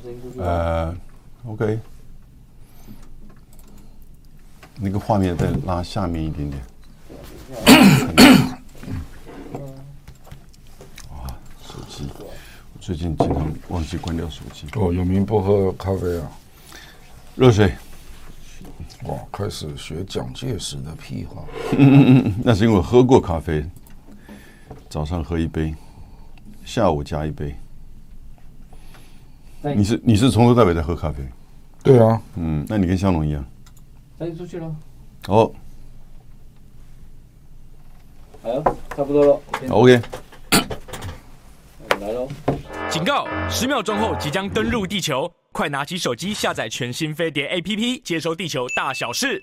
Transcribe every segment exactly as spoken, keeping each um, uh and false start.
声音出去。 呃 ，OK， 那个画面再拉下面一点点。哇，手机，我最近经常忘记关掉手机。 哦，有名不喝咖啡啊？ 热水。 哇，开始学蒋介石的屁话。 嗯嗯嗯，那是因为我喝过咖啡，早上喝一杯，下午加一杯。你是你是从头到尾在喝咖啡？ 对啊， 嗯，那你跟香龙一样。 那就出去了。 哦， 好了，差不多了。 OK， 来喽！ 警告！十秒钟后即将登陆地球，快拿起手机下载全新飞碟 A P P， 接收地球大小事。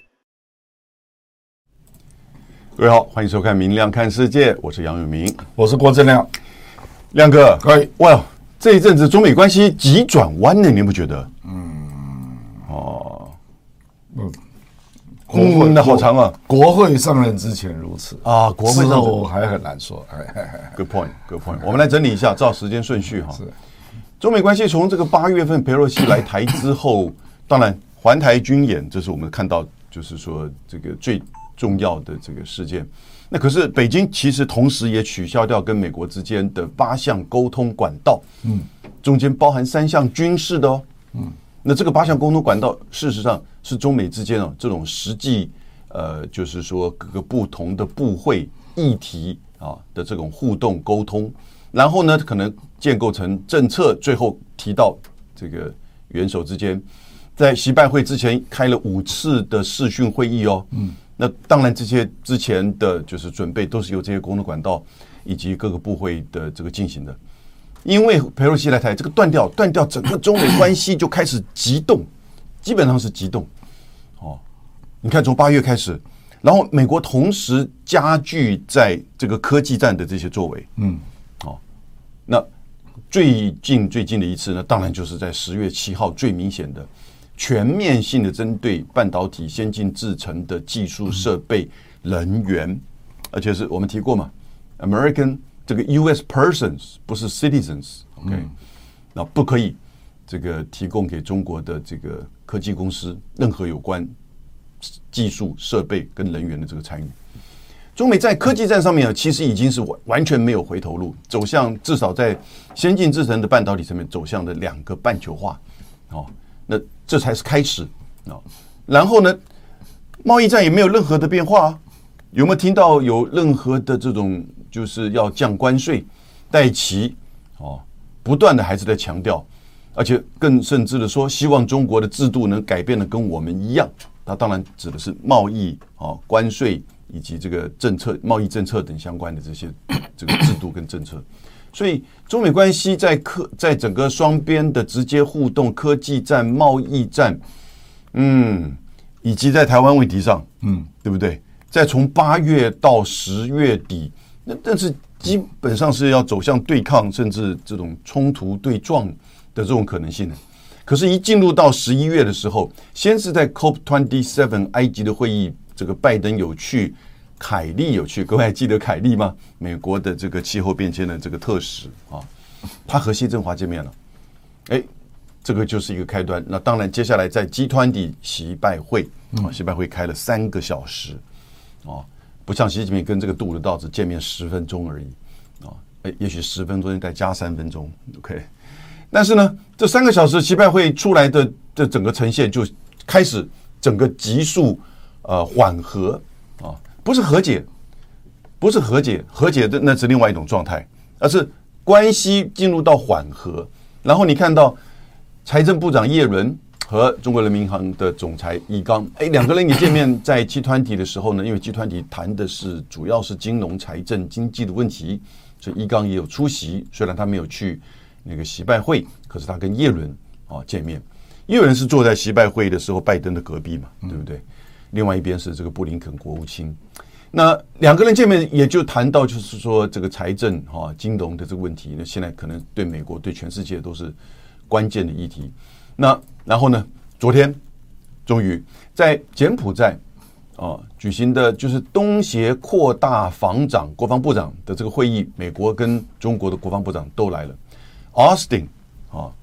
各位好，欢迎收看《明亮看世界》，我是杨永明， 我是郭正亮。 亮哥， 哎， 哇，这一阵子中美关系急转弯呢，你不觉得？嗯，哦， 嗯。 嗯，那好长啊！ 国会上任之前如此啊，国会上任还很难说。 Good point, good point。我们来整理一下，照时间顺序哈。是，中美关系从这个八月份裴洛西来台之后，当然环台军演，这是我们看到就是说这个最重要的这个事件。那可是北京其实同时也取消掉跟美国之间的八项沟通管道，嗯，中间包含三项军事的哦，嗯。那这个八项沟通管道，事实上是中美之间啊这种实际，呃，就是说各个不同的部会议题啊的这种互动沟通，然后呢，可能建构成政策，最后提到这个元首之间，在习拜会之前开了五次的视讯会议哦，嗯，那当然这些之前的就是准备都是由这些沟通管道以及各个部会的这个进行的。因为裴洛西来台，这个断掉，断掉整个中美关系就开始急动，基本上是急动。哦，你看从八月开始，然后美国同时加剧在这个科技战的这些作为，嗯，哦，那最近最近的一次呢，当然就是在十月七号最明显的全面性的针对半导体先进制程的技术设备、人员，而且是我们提过嘛 ，American。这个 U S persons 不是 citizens，OK， 那不可以这个提供给中国的这个科技公司任何有关技术设备跟人员的这个参与。中美在科技战上面呢，其实已经是完全没有回头路，走向至少在先进制程的半导体上面走向的两个半球化，哦，那这才是开始啊。然后呢，贸易战也没有任何的变化啊，有没有听到有任何的这种？就是要降关税，戴奇哦，不断的还是在强调，而且更甚至的说，希望中国的制度能改变的跟我们一样。它当然指的是贸易啊、关税以及这个政策、贸易政策等相关的这些这个制度跟政策。所以中美关系在科在整个双边的直接互动、科技战、贸易战，嗯，以及在台湾问题上，嗯，对不对？再从八月到十月底。那但是基本上是要走向对抗，甚至这种冲突对撞的这种可能性的。可是，一进入到十一月的时候，先是在 C O P 二十七 埃及的会议，这个拜登有去，凯利有去，各位还记得凯利吗？美国的这个气候变迁的这个特使啊，他和谢振华见面了，哎，这个就是一个开端。那当然，接下来在 G 二十 习拜会啊，习拜会开了三个小时啊。不像习近平跟这个杜鲁道只见面十分钟而已啊，也许十分钟再加三分钟 ，OK。但是呢，这三个小时习拜会出来的这整个呈现就开始整个急速呃缓和啊，不是和解，不是和解，和解的那是另外一种状态，而是关系进入到缓和。然后你看到财政部长叶伦。和中国人民银行的总裁易纲，哎，两个人也见面，在集团体的时候呢，因为集团体谈的是主要是金融、财政、经济的问题，所以易纲也有出席。虽然他没有去那个习拜会，可是他跟叶伦啊见面。叶伦是坐在习拜会的时候拜登的隔壁嘛，对不对？另外一边是这个布林肯国务卿。那两个人见面也就谈到，就是说这个财政啊、金融的这个问题，那现在可能对美国、对全世界都是关键的议题。那然后呢？昨天终于在柬埔寨啊举行的就是东协扩大防长国防部长的这个会议，美国跟中国的国防部长都来了。Austin 啊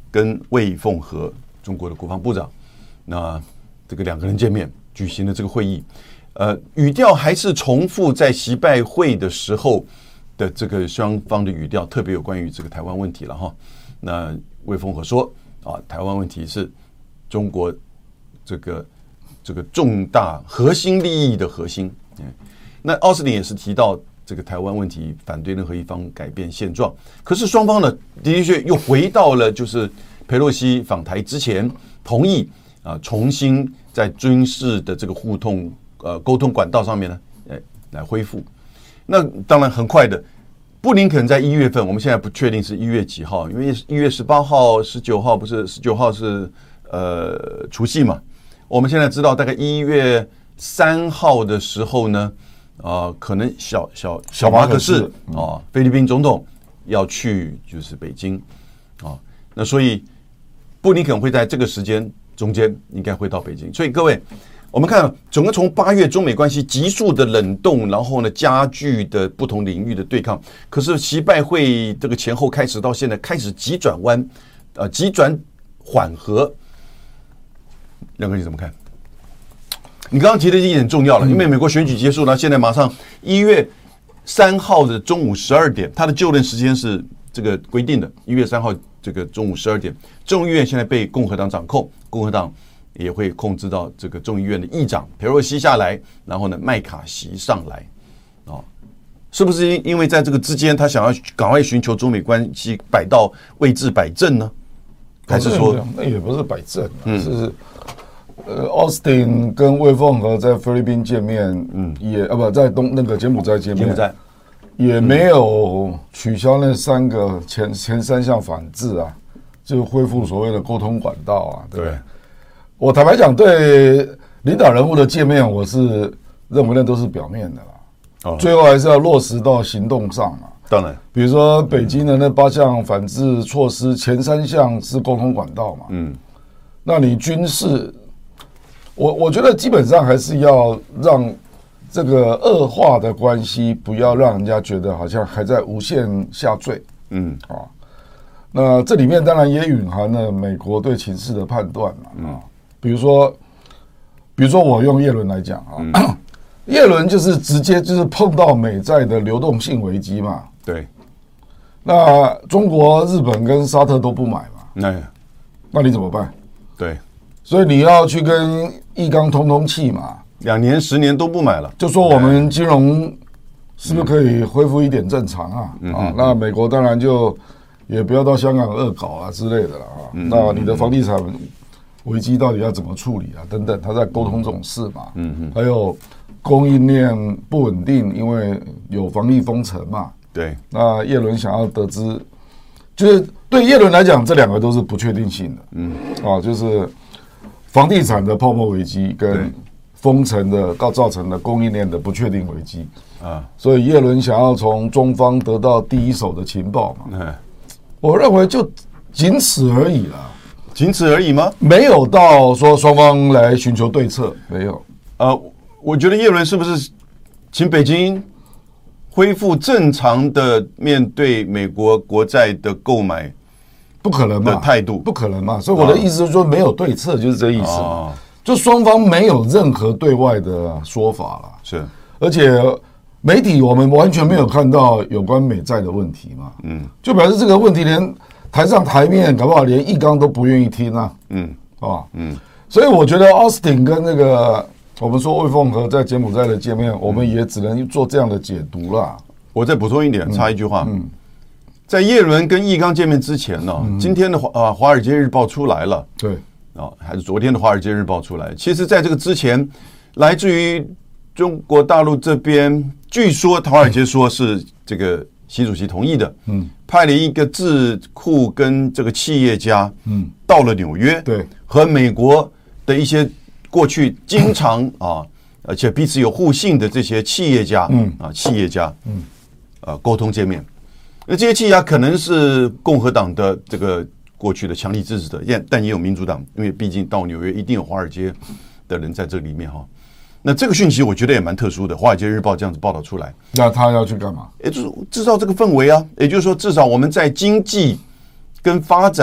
跟魏凤和中国的国防部长，那这个两个人见面举行了这个会议，呃，语调还是重复在习拜会的时候的这个双方的语调，特别有关于这个台湾问题了哈。那魏凤和说啊，台湾问题是中国这个这个重大核心利益的核心。那奥斯汀也是提到这个台湾问题，反对任何一方改变现状。可是双方呢，的确又回到了就是裴洛西访台之前同意啊，重新在军事的这个互通呃沟通管道上面呢，哎来恢复。那当然很快的，布林肯在一月份，我们现在不确定是一月几号，因为一月十八号、十九号不是十九号是呃除夕嘛。我们现在知道，大概一月三号的时候呢，啊、呃，可能小小小马可仕啊、哦，菲律宾总统要去就是北京啊、哦，那所以布林肯会在这个时间中间应该会到北京。所以各位，我们看整个从八月中美关系急速的冷冻，然后呢加剧的不同领域的对抗，可是习拜会这个前后开始到现在开始急转弯，呃，急转缓和。梁哥你怎么看？你刚刚提的一点重要了，因为美国选举结束了，现在马上一月三号的中午十二点，他的就任时间是这个规定的，一月三号这个中午十二点，众议院现在被共和党掌控，共和党也会控制到这个众议院的议长裴洛西下来，然后呢麦卡锡上来，哦，是不是因为在这个之间他想要赶快寻求中美关系摆到位置摆正呢？还是说那也不是摆正、啊，嗯、是。呃，奥斯汀跟魏凤和在菲律宾见面，嗯，也啊不在东那个柬埔寨见面，柬埔寨也没有取消那三个前前三项反制啊，就恢复所谓的沟通管道啊。对，对我坦白讲，对领导人物的见面，我是认为那都是表面的啦，哦、最后还是要落实到行动上嘛。 当然， 比如说北京的那八项反制措施，前三项是沟通管道嘛，嗯，那你军事。我我觉得基本上还是要让这个恶化的关系不要让人家觉得好像还在无限下坠，嗯啊，那这里面当然也蕴含了美国对情势的判断嘛，啊，比如说，比如说我用叶伦来讲啊，嗯、叶伦就是直接就是碰到美债的流动性危机嘛， 对， 那中国、日本跟沙特都不买嘛，那那你怎么办？ 对。 所以你要去跟易纲通通气嘛， 两年、十年都不买了， 就说我们金融是不是可以恢复一点正常啊？嗯、啊，那美国当然就也不要到香港恶搞啊之类的了啊。嗯、那你的房地产危机到底要怎么处理啊？等等，他在沟通这种事嘛。嗯嗯。还有供应链不稳定，因为有防疫封城嘛。 对。 那叶伦想要得知，就是对叶伦来讲，这两个都是不确定性的。嗯。啊，就是。房地产的泡沫危机跟封城的到造成的供应链的不确定危机啊，所以叶伦想要从中方得到第一手的情报嘛，嗯、我认为就仅此而已了， 仅此而已吗？ 没有到说双方来寻求对策，没有。 呃，我觉得叶伦是不是请北京恢复正常的面对美国国债的购买？ 不可能嘛？ 态度不可能嘛？所以我的意思是说，没有对策，就是这意思。哦、就双方没有任何对外的说法了。 是， 而且媒体我们完全没有看到有关美债的问题嘛。嗯，就表示这个问题连台上台面搞不好连易纲都不愿意听啊。嗯，啊，嗯，所以我觉得奥斯汀跟那个我们说魏凤和在柬埔寨的见面，我们也只能做这样的解读啦。 我再补充一点，插一句话。嗯。在叶伦跟易纲见面之前呢、哦，嗯、今天的华啊《华尔街日报》出来了， 对啊，还是昨天的《华尔街日报》出来。其实，在这个之前，来自于中国大陆这边，据说华尔街说是这个习主席同意的，嗯，派了一个智库跟这个企业家，嗯，到了纽约， 对， 和美国的一些过去经常啊，而且彼此有互信的这些企业家，嗯啊，企业家，嗯，啊，沟通见面。那这些企业家可能是共和党的这个过去的强力支持者，但也有民主党，因为毕竟到纽约一定有华尔街的人在这里面哈。那这个讯息我觉得也蛮特殊的，《华尔街日报》这样子报道出来， 那他要去干嘛？ 也就是制造这个氛围啊，也就是说，至少我们在经济跟发展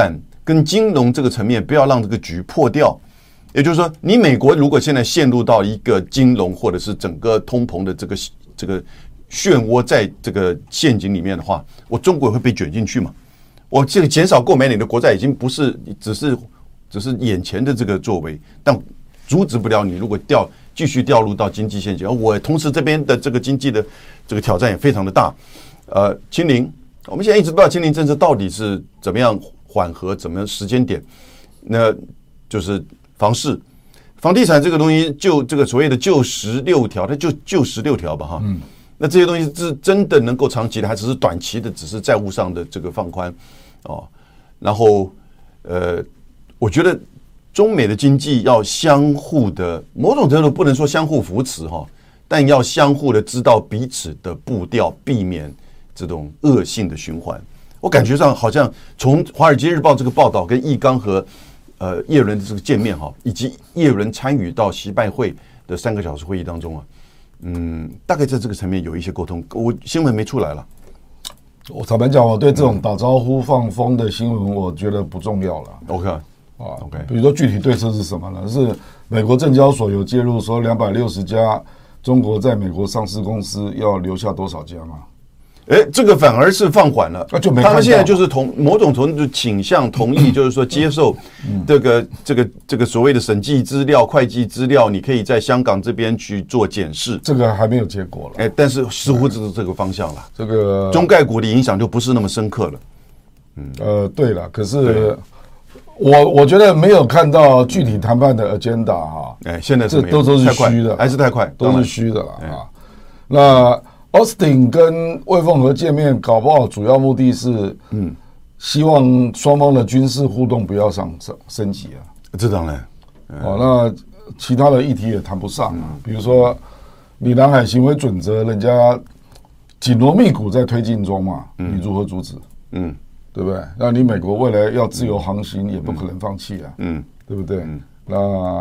跟金融这个层面，不要让这个局破掉。也就是说，你美国如果现在陷入到一个金融或者是整个通膨的这个这个漩涡，在这个陷阱里面的话，我中国会被卷进去嘛？我这个减少购买你的国债已经不是只是只是眼前的这个作为，但阻止不了你如果掉继续掉入到经济陷阱。而我同时这边的这个经济的这个挑战也非常的大。呃，清零，我们现在一直不知道清零政策到底是怎么样缓和，怎么样时间点，那就是房市、房地产这个东西，就这个所谓的就十六条，它就就十六条吧，哈。嗯。那这些东西是真的能够长期的，还只是短期的，只是债务上的这个放宽哦。然后，呃，我觉得中美的经济要相互的，某种程度不能说相互扶持哈，但要相互的知道彼此的步调，避免这种恶性的循环。我感觉上好像从《华尔街日报》这个报道跟易纲和呃叶伦的这个见面哈，以及叶伦参与到习拜会的三个小时会议当中啊。嗯，大概在这个层面有一些沟通，我新闻没出来了。 我坦白讲，我对这种打招呼放风的新闻，我觉得不重要了。 OK 啊 OK， 比如说具体对策是什么呢？是美国证交所有介入说，两百六十家中国在美国上市公司要留下多少家吗？ 哎，这个反而是放缓了， 那就没看到。 他们现在就是同某种程度倾向同意，就是说接受这个这个这个所谓的审计资料、会计资料，你可以在香港这边去做检视。 这个还没有结果了， 哎，但是似乎就是这个方向了。 这个中概股的影响就不是那么深刻了。 嗯，呃，对了，可是我我觉得没有看到具体谈判的 agenda 哈。 哎，现在这都都是虚的， 还是太快， 都是虚的了啊。那Austin 跟魏凤和见面，搞不好主要目的是，嗯，希望双方的军事互动不要上升升级啊。 这当然， 哦，那其他的议题也谈不上啊，比如说里南海行为准则，人家紧锣密鼓在推进中嘛，你如何阻止？嗯，对不对？那你美国未来要自由航行，也不可能放弃啊，嗯，对不对？那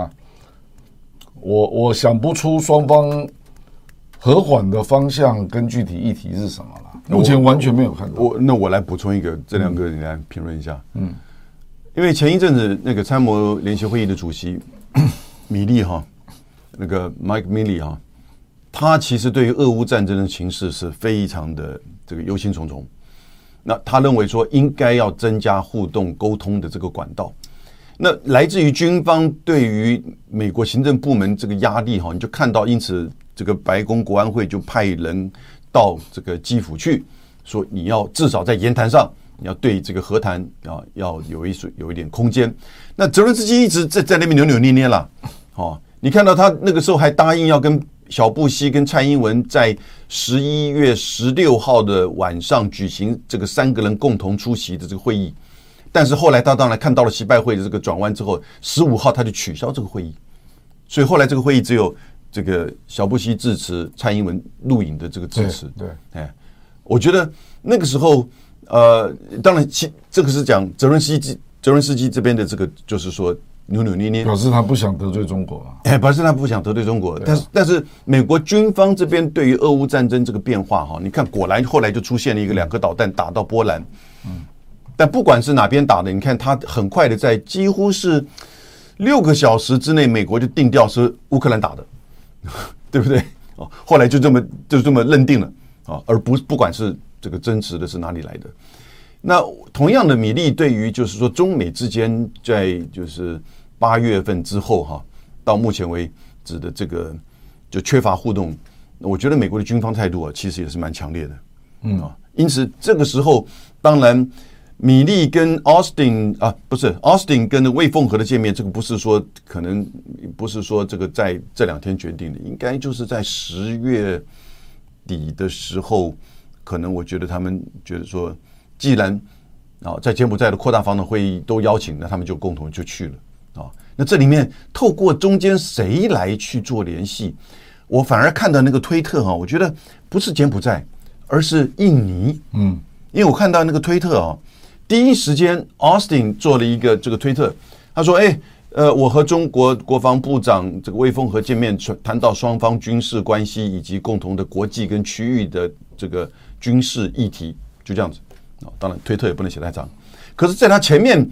我我想不出双方和缓的方向跟具体议题是什么了？目前完全没有看到。 我那我来补充一个，这两个你来评论一下。嗯，因为前一阵子那个参谋联席会议的主席米利哈，那个 Mike Milley 哈，他其实对于俄乌战争的情势是非常的这个忧心忡忡。那他认为说应该要增加互动沟通的这个管道。那来自于军方对于美国行政部门这个压力哈，你就看到，因此。这个白宫国安会就派人到这个基辅去，说你要至少在言谈上，你要对这个和谈啊要有一有一点空间。那泽伦斯基一直在在那边扭扭捏捏啦，哦，你看到他那个时候还答应要跟小布希跟蔡英文在十一月十六号的晚上举行这个三个人共同出席的这个会议，但是后来他当然看到了习拜会的这个转弯之后，十五号他就取消这个会议，所以后来这个会议只有。这个小布希致辞，蔡英文录影的这个致辞， 对， 哎，我觉得那个时候，呃，当然，其这个是讲泽伦斯基，泽伦斯基这边的这个，就是说扭扭捏捏， 表示他不想得罪中国啊， 哎，表示他不想得罪中国，但是但是美国军方这边对于俄乌战争这个变化哈，你看果然后来就出现了一个两颗导弹打到波兰，嗯，但不管是哪边打的，你看他很快的在几乎是六个小时之内，美国就定调是乌克兰打的。对不对？哦，后来就这么就这么认定了啊，而不不管是这个真实的是哪里来的。那同样的，米利对于就是说中美之间在就是八月份之后哈，到目前为止的这个就缺乏互动，我觉得美国的军方态度啊，其实也是蛮强烈的，嗯啊，因此这个时候当然。米利跟 Austin 啊，不是 Austin 跟魏凤和的见面，这个不是说可能不是说这个在这两天决定的，应该就是在十月底的时候，可能我觉得他们觉得说，既然啊在柬埔寨的扩大防长会议都邀请，那他们就共同就去了啊。那这里面透过中间谁来去做联系，我反而看到那个推特哈，我觉得不是柬埔寨，而是印尼，嗯，因为我看到那个推特啊。第一时间 ，Austin 做了一个这个推特，他说：“哎，呃，我和中国国防部长这个魏凤和见面，谈到双方军事关系以及共同的国际跟区域的这个军事议题，就这样子。啊，当然推特也不能写太长，可是在他前面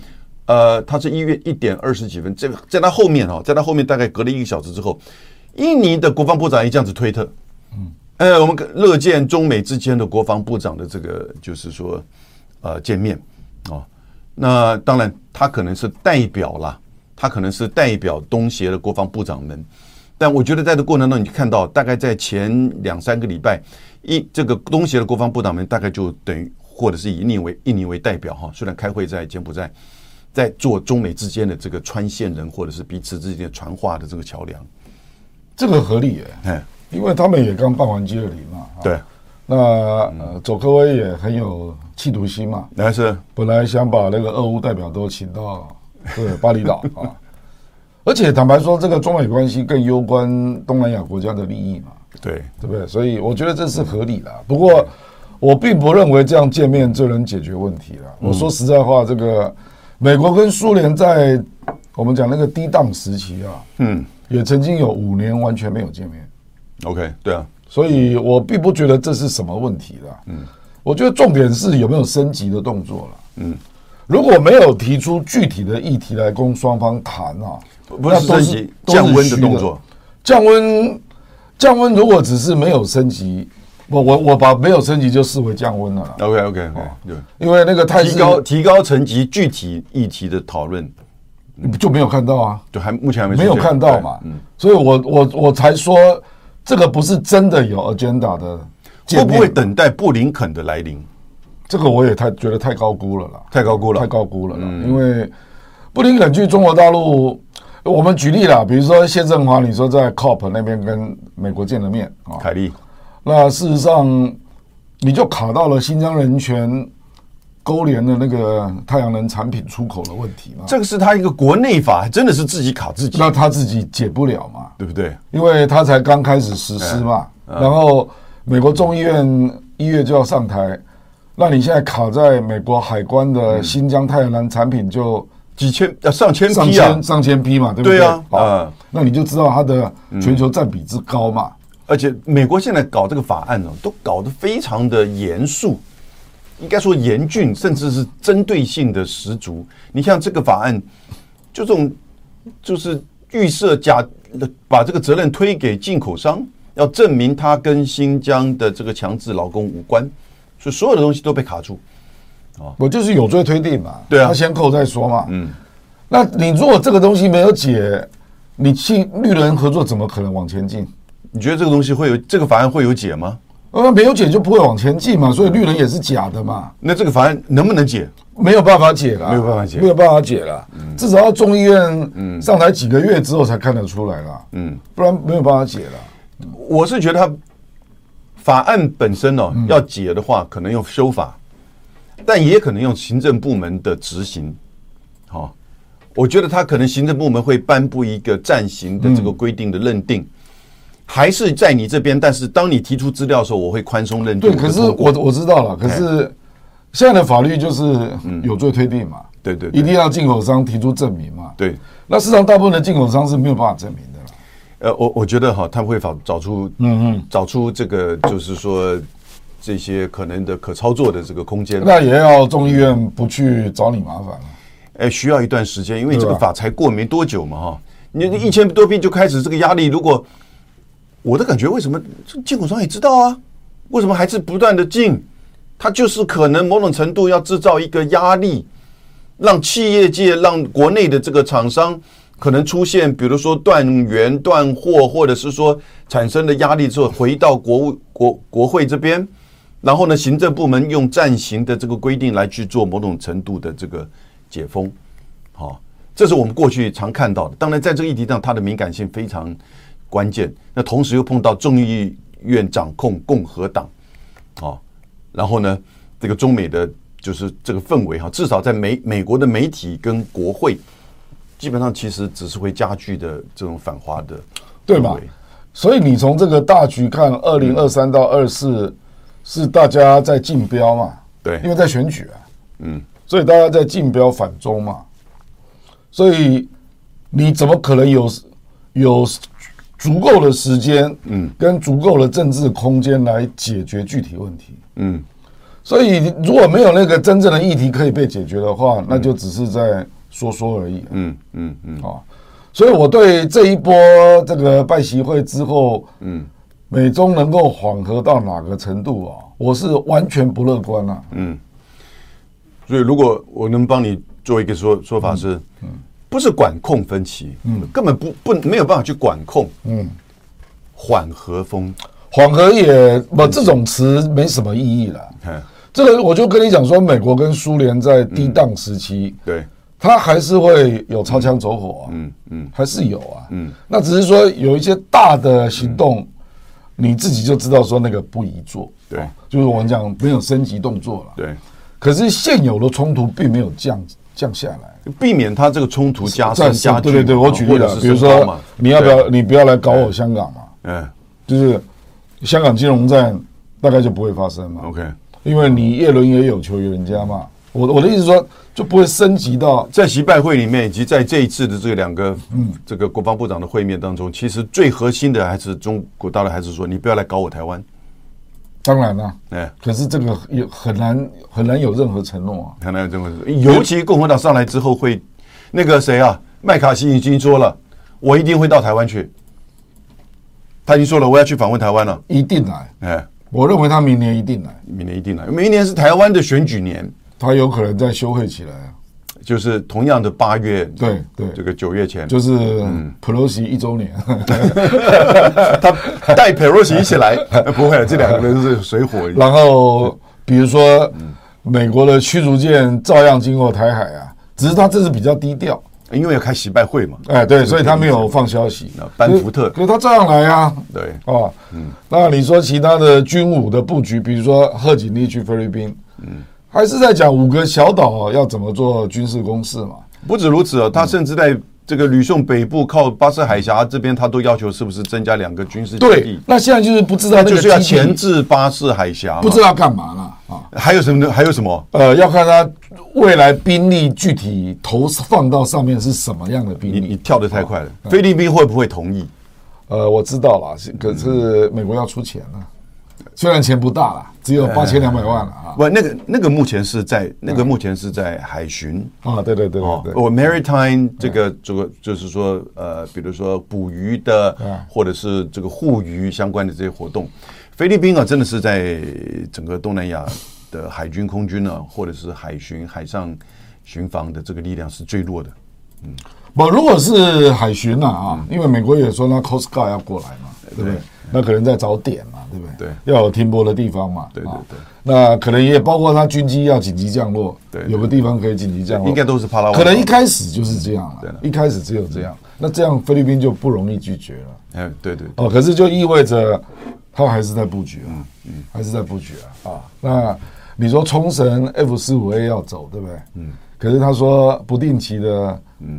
呃，它是一月一点二十几分，这个在它后面哈，在它后面大概隔了一个小时之后，印尼的国防部长也这样子推特，嗯，呃，我们乐见中美之间的国防部长的这个就是说呃见面哦，那当然他可能是代表啦，他可能是代表东协的国防部长们，但我觉得在这过程中，你看到大概在前两三个礼拜，一这个东协的国防部长们大概就等于或者是以印尼为印尼为代表哈，虽然开会在柬埔寨。在做中美之间的这个穿线人，或者是彼此之间的传话的这个桥梁， 这个合理耶、欸，因为他们也刚办完 G 二零嘛， 对， 那呃，佐科威也很有企图心嘛， 那是本来想把那个俄乌代表都请到对巴厘岛啊，而且坦白说，这个中美关系更攸关东南亚国家的利益嘛， 对， 对不对？所以我觉得这是合理的。不过我并不认为这样见面就能解决问题了。我说实在话，这个。美国跟苏联在我们讲那个低档时期啊，嗯，也曾经有五年完全没有见面。 OK， 对啊， 所以我并不觉得这是什么问题啦。嗯，我觉得重点是有没有升级的动作了。嗯，如果没有提出具体的议题来供双方谈啊， 不是升级降温的动作， 降温降温如果只是没有升级。我我我把没有升级就视为降温了啦。 OK OK OK， 对， 因为那个太提高提高层级具体议题的讨论就没有看到啊， 就还目前还没没有看到嘛，嗯，所以我我我才说这个不是真的有 agenda 的见面， 会不会等待布林肯的来临？ 这个我也太觉得太高估了啦， 太高估了， 太高估了啦，嗯，因为布林肯去中国大陆，我们举例啦，比如说谢振华，你说在 C O P 那边跟美国见了面啊， 凯利。 那事实上，你就卡到了新疆人权勾连的那个太阳能产品出口的问题嘛？ 这个是他一个国内法，真的是自己卡自己。 那他自己解不了嘛， 对不对？ 因为他才刚开始实施嘛。嗯、然后美国众议院一月就要上台，那你现在卡在美国海关的新疆太阳能产品就几千呃上千批啊， 上千上千批嘛，对不对？ 对啊， 啊、嗯，那你就知道它的全球占比之高嘛。嗯， 而且美国现在搞这个法案呢，都搞得非常的严肃，应该说严峻，甚至是针对性的十足。你像这个法案，就这种就是预设假把这个责任推给进口商，要证明他跟新疆的这个强制劳工无关，所以所有的东西都被卡住。 哦，我就是有罪推定嘛， 对啊， 他先扣再说嘛。嗯，那你如果这个东西没有解，你去绿人合作怎么可能往前进？ 你觉得这个东西会有这个法案会有解吗？ 呃，没有解就不会往前进嘛，所以绿人也是假的嘛。 那这个法案能不能解？ 没有办法解了， 没有办法解， 没有办法解了。嗯、至少要众议院上台几个月之后才看得出来了，嗯，不然没有办法解了。 嗯、我是觉得他法案本身哦，嗯、要解的话，可能用修法，但也可能用行政部门的执行。好、哦，我觉得他可能行政部门会颁布一个暂行的这个规定的认定。嗯，还是在你这边，但是当你提出资料的时候，我会宽松认定。 对，可是我我知道了，可是现在的法律就是有罪推定嘛， 嗯、对, 对对， 一定要进口商提出证明嘛。 对， 那事实上大部分的进口商是没有办法证明的啦。 呃，我我觉得哈，他会找找出嗯嗯，找出这个就是说这些可能的可操作的这个空间。 那也要众议院不去找你麻烦了。 哎，需要一段时间，因为这个法才过没多久嘛哈，你一千多批就开始这个压力，如果我的感觉，为什么进口商也知道啊？为什么还是不断的进？它就是可能某种程度要制造一个压力，让企业界、让国内的这个厂商可能出现，比如说断源、断货，或者是说产生的压力之后，回到国务国国会这边，然后呢，行政部门用暂行的这个规定来去做某种程度的这个解封。好，这是我们过去常看到的。当然，在这个议题上，它的敏感性非常关键，那同时又碰到众议院掌控共和党，哦，然后呢，这个中美的就是这个氛围哈，至少在美美国的媒体跟国会，基本上其实只是会加剧的这种反华的， 对吧？所以你从这个大局看，二零二三到二四是大家在竞标嘛？ 对， 因为在选举啊，嗯，所以大家在竞标反中嘛，所以你怎么可能有有？足够的时间，嗯，跟足够的政治空间来解决具体问题，嗯，所以如果没有那个真正的议题可以被解决的话，那就只是在说说而已、啊。 嗯嗯嗯， 啊，所以我对这一波这个拜习会之后，嗯，美中能够缓和到哪个程度啊，我是完全不乐观啊。 嗯，所以如果我能帮你做一个说说法是，嗯，不是管控分歧，嗯，根本不不没有办法去管控，嗯，缓和风。 缓和也不这种词没什么意义了。 嗯， 这个我就跟你讲说，美国跟苏联在低档时期， 嗯、对， 它还是会有擦枪走火啊，嗯嗯，还是有啊，嗯，那只是说有一些大的行动，嗯、你自己就知道说那个不宜做， 对， 啊、就是我们讲没有升级动作了， 对。 可是现有的冲突并没有降降下来， 避免它这个冲突加深加剧。 对对对，我举例了，比如说你要不要你不要来搞我香港嘛，嗯，就是。香港金融战大概就不会发生嘛 ，OK， 因为你叶伦也有求于人家嘛。我我的意思说，就不会升级到在习拜会里面，以及在这一次的这个两个嗯这个国防部长的会面当中，其实最核心的还是中国大陆还是说你不要来搞我台湾。 当然了， 哎， 可是这个也很难很难有任何承诺啊， 很难有任何承诺。尤其共和党上来之后会，那个谁啊，麦卡锡已经说了，我一定会到台湾去。他已经说了，我要去访问台湾了， 一定来。 哎， 我认为他明年一定来， 明年一定来。明年是台湾的选举年， 他有可能再休会起来啊。 就是同样的八月， 对对， 这个九月前， 就是佩洛西一周年， 他带佩洛西一起来，不会，这两个人是水火。 然后比如说美国的驱逐舰照样经过台海啊，只是他这是比较低调。 因为要开习拜会嘛， 哎，对，所以他没有放消息。 班福特， 可是他照样来啊， 对， 啊，嗯，那你说其他的军武的布局，比如说贺锦丽去菲律宾，嗯，还是在讲五个小岛要怎么做军事攻势嘛？ 不止如此哦，他甚至在这个吕宋北部靠巴士海峡这边，他都要求是不是增加两个军事基地？ 对，那现在就是不知道那个就是要前置巴士海峡， 不知道干嘛了啊？ 还有什么？还有什么？ 呃，要看他未来兵力具体投放到上面是什么样的兵力。 你你跳得太快了，菲律宾会不会同意？ 呃，我知道了，可是美国要出钱了。虽然钱不大了，只有八千两百万了啊！ 不，那个那个目前是在那个目前是在海巡啊，对对对对对， 我 maritime 这个这个就是说呃，比如说捕鱼的，或者是这个护渔相关的这些活动。菲律宾啊，真的是在整个东南亚的海军、空军啊，或者是海巡、海上巡防的这个力量是最弱的。嗯， 不，如果是海巡啊啊，因为美国也说那 Coast Guard 要过来嘛，对不对？那可能在找点嘛，对不对？ 对， 要有停泊的地方嘛。 对对对。 那可能也包括他军机要紧急降落，对，有个地方可以紧急降落， 应该都是帕拉瓦。 可能一开始就是这样了，一开始只有这样，那这样菲律宾就不容易拒绝了。 哎，对对。 哦，可是就意味着他还是在布局啊，嗯，还是在布局啊啊。那你说冲绳 F 十五 A 要走，对不对？嗯。可是他说不定期的，嗯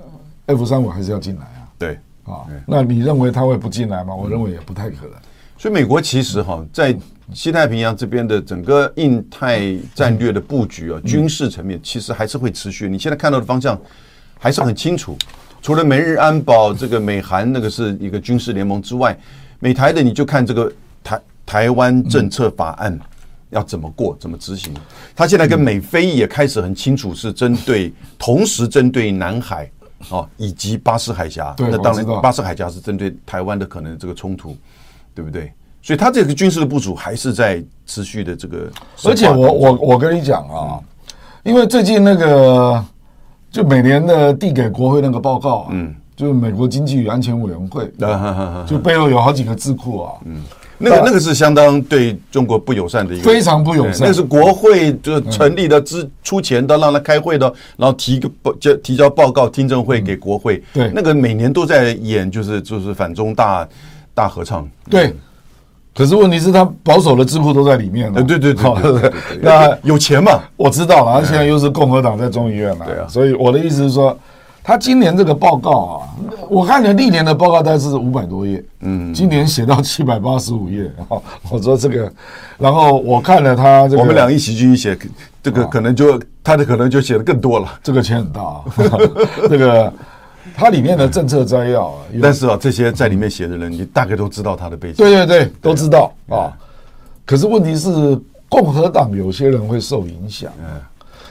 ，F 三十五还是要进来啊。 对。 啊，那你认为他会不进来吗？我认为也不太可能。 所以美国其实哈，在西太平洋这边的整个印太战略的布局啊，军事层面其实还是会持续。你现在看到的方向还是很清楚，除了美日安保这个美韩那个是一个军事联盟之外，美台的你就看这个台台湾政策法案要怎么过，怎么执行。他现在跟美菲也开始很清楚，是针对同时针对南海。哦，以及巴士海峡，那当然巴士海峡是针对台湾的可能这个冲突，对不对？所以它这个军事的部署还是在持续的这个。 而且我我我跟你讲啊，因为最近那个就每年的递给国会那个报告啊，嗯，就是美国经济与安全委员会，就背后有好几个智库啊，嗯。 那个那个是相当对中国不友善的一个， 非常不友善。 那个是国会就成立的，支出钱的，让他开会的，然后提个报就提交报告听证会给国会。 对， 那个每年都在演，就是就是反中大大合唱。 对，可是问题是他保守的智库都在里面了。 对对对， 那有钱嘛？ 我知道了，现在又是共和党在众议院了。 对啊， 所以我的意思是说。他今年这个报告啊，我看了历年的报告大概是五百多页，嗯，今年写到七百八十五页啊。我说这个，然后我看了他这个， 我们俩一起去写，这个可能就他的可能就写的更多了。 这个钱很大啊，这个它里面的政策摘要啊， 但是啊，这些在里面写的人，你大概都知道他的背景。 对对对，都知道啊。可是问题是，共和党有些人会受影响。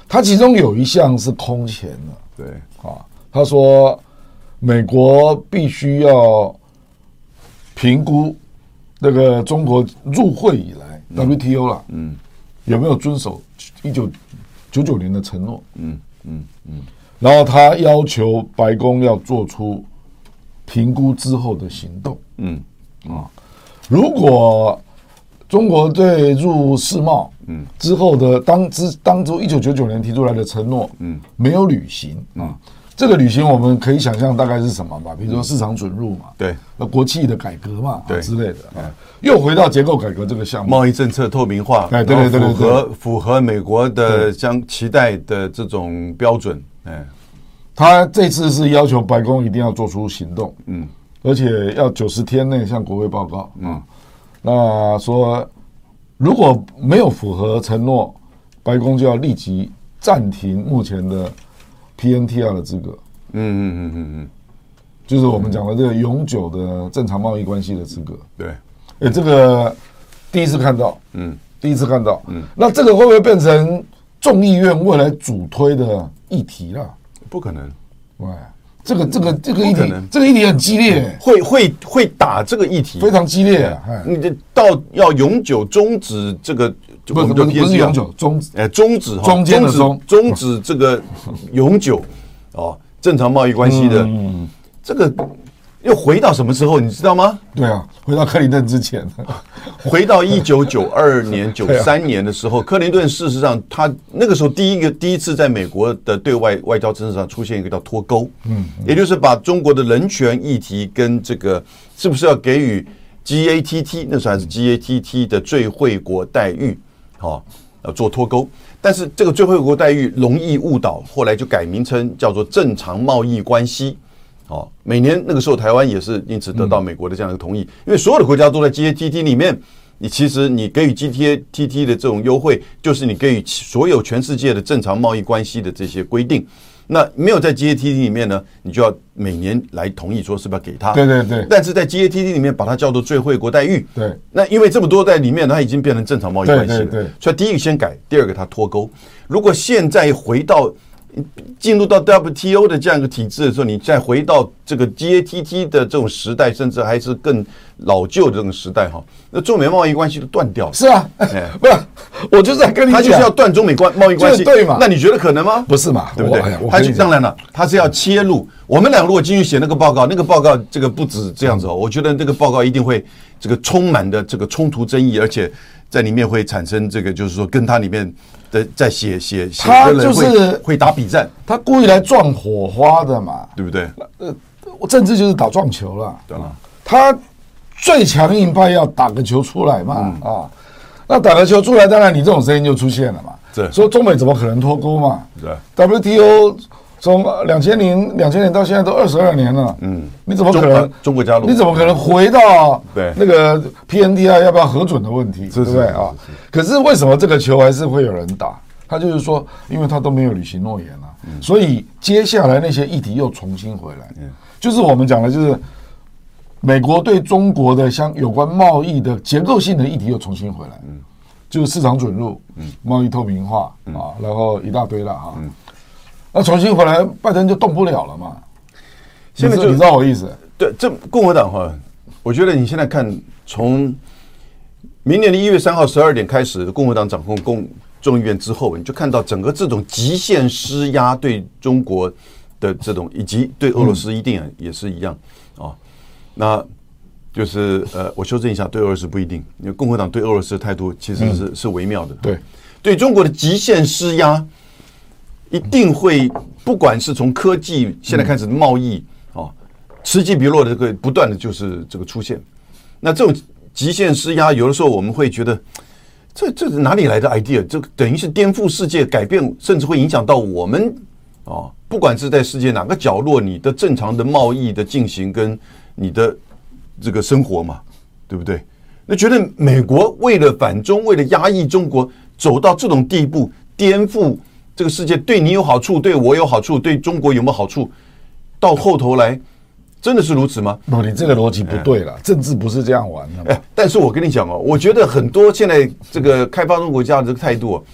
他其中有一项是空前的， 对啊，他说美国必须要评估那个中国入会以来、嗯、W T O 啦，嗯，有没有遵守一九九九年的承诺，嗯嗯嗯，然后他要求白宫要做出评估之后的行动，嗯啊，如果中国对入世贸，嗯，之后的当之当初一九九九年提出来的承诺，嗯，没有履行啊。这个履行我们可以想象大概是什么吧？比如说市场准入嘛， 对， 那国企的改革嘛， 对、啊、 之类的啊。又回到结构改革这个项目， 贸易政策透明化， 哎，对对对对， 符合符合美国的相期待的这种标准，哎， 他这次是要求白宫一定要做出行动，嗯，而且要九十天内向国会报告，嗯，那说如果没有符合承诺，白宫就要立即暂停目前的P N T R 的资格，嗯嗯嗯嗯嗯，就是我们讲的这个永久的正常贸易关系的资格。 对， 哎，这个第一次看到，嗯，第一次看到，嗯，那这个会不会变成众议院未来主推的议题啦？ 不可能， 喂，这个这个这个议题，这个议题很激烈， 会会会打这个议题， 非常激烈啊！ 你这到要永久终止这个。 不是不是永久终止， 哎，终止中间的终终止这个永久哦正常贸易关系的，嗯、这个又回到什么时候？你知道吗？ 对啊，回到克林顿之前， 回到一九九二年、九三年的时候，克林顿事实上他那个时候第一个第一次在美国的对外外交政策上出现一个叫脱钩，嗯，也就是把中国的人权议题跟这个是不是要给予 G A T T 那时候还是 G A T T 的最惠国待遇。好，呃，做脱钩，但是这个最惠国待遇容易误导，后来就改名称叫做正常贸易关系。哦，每年那个时候台湾也是因此得到美国的这样一个同意，因为所有的国家都在 G A T T 里面，你其实你给予 G A T T 的这种优惠，就是你给予所有全世界的正常贸易关系的这些规定。那没有在 G A T T 里面呢，你就要每年来同意说是不是要给他？ 对对对。 但是在 G A T T 里面把它叫做最惠国待遇。 对。 那因为这么多在里面，它已经变成正常贸易关系了。 对对对。 所以第一个先改，第二个它脱钩。如果现在回到进入到 W T O 的这样一个体制的时候，你再回到这个 G A T T 的这种时代，甚至还是更老旧的这种时代哈，那中美贸易关系都断掉了。 是啊，不是，我就是在跟你讲， 他就是要断中美关贸易关系， 对嘛？ 那你觉得可能吗？ 不是嘛， 对不对？他就当然了，他是要切入。我们俩如果继续写那个报告，那个报告这个不止这样子哦，我觉得这个报告一定会这个充满的这个冲突争议，而且在里面会产生这个就是说跟他里面的在写写写他就是会打比战， 他故意来撞火花的嘛， 对不对？ 呃，政治就是打撞球了， 对了， 他最强硬派要打个球出来嘛，嗯、啊，那打个球出来，当然你这种声音就出现了嘛， 对， 说中美怎么可能脱钩嘛？ 对 ，W T O 从两千零两千年到现在都二十二年了，嗯，你怎么可能中国加入？ 你怎么可能回到对那个 P N T R 要不要核准的问题，对不对啊？可是为什么这个球还是会有人打？他就是说，因为他都没有履行诺言了，嗯、所以接下来那些议题又重新回来，嗯、就是我们讲的，就是美国对中国的相有关贸易的结构性的议题又重新回来，嗯、就是市场准入、嗯、贸易透明化、嗯、啊，然后一大堆了哈。嗯那重新回来，拜登就动不了了嘛？现在就你知道我意思？ 对，这共和党哈，我觉得你现在看，从明年的一月三号十二点开始，共和党掌控共众议院之后，你就看到整个这种极限施压对中国的这种，以及对俄罗斯一定也是一样啊、哦。那就是呃，我修正一下，对俄罗斯不一定，因为共和党对俄罗斯的态度其实是、嗯、是微妙的。 对， 对中国的极限施压。一定会，不管是从科技现在开始的贸易啊，此起彼落的这个不断的就是这个出现。那这种极限施压，有的时候我们会觉得，这这哪里来的 idea？ 这等于是颠覆世界，改变，甚至会影响到我们啊，不管是在世界哪个角落，你的正常的贸易的进行跟你的这个生活嘛，对不对？那觉得美国为了反中，为了压抑中国，走到这种地步，颠覆。这个世界对你有好处，对我有好处，对中国有没有好处？到后头来，真的是如此吗？ 不，你这个逻辑不对了，哎、政治不是这样玩的。 哎，但是我跟你讲哦，我觉得很多现在这个开发中国家的这个态度，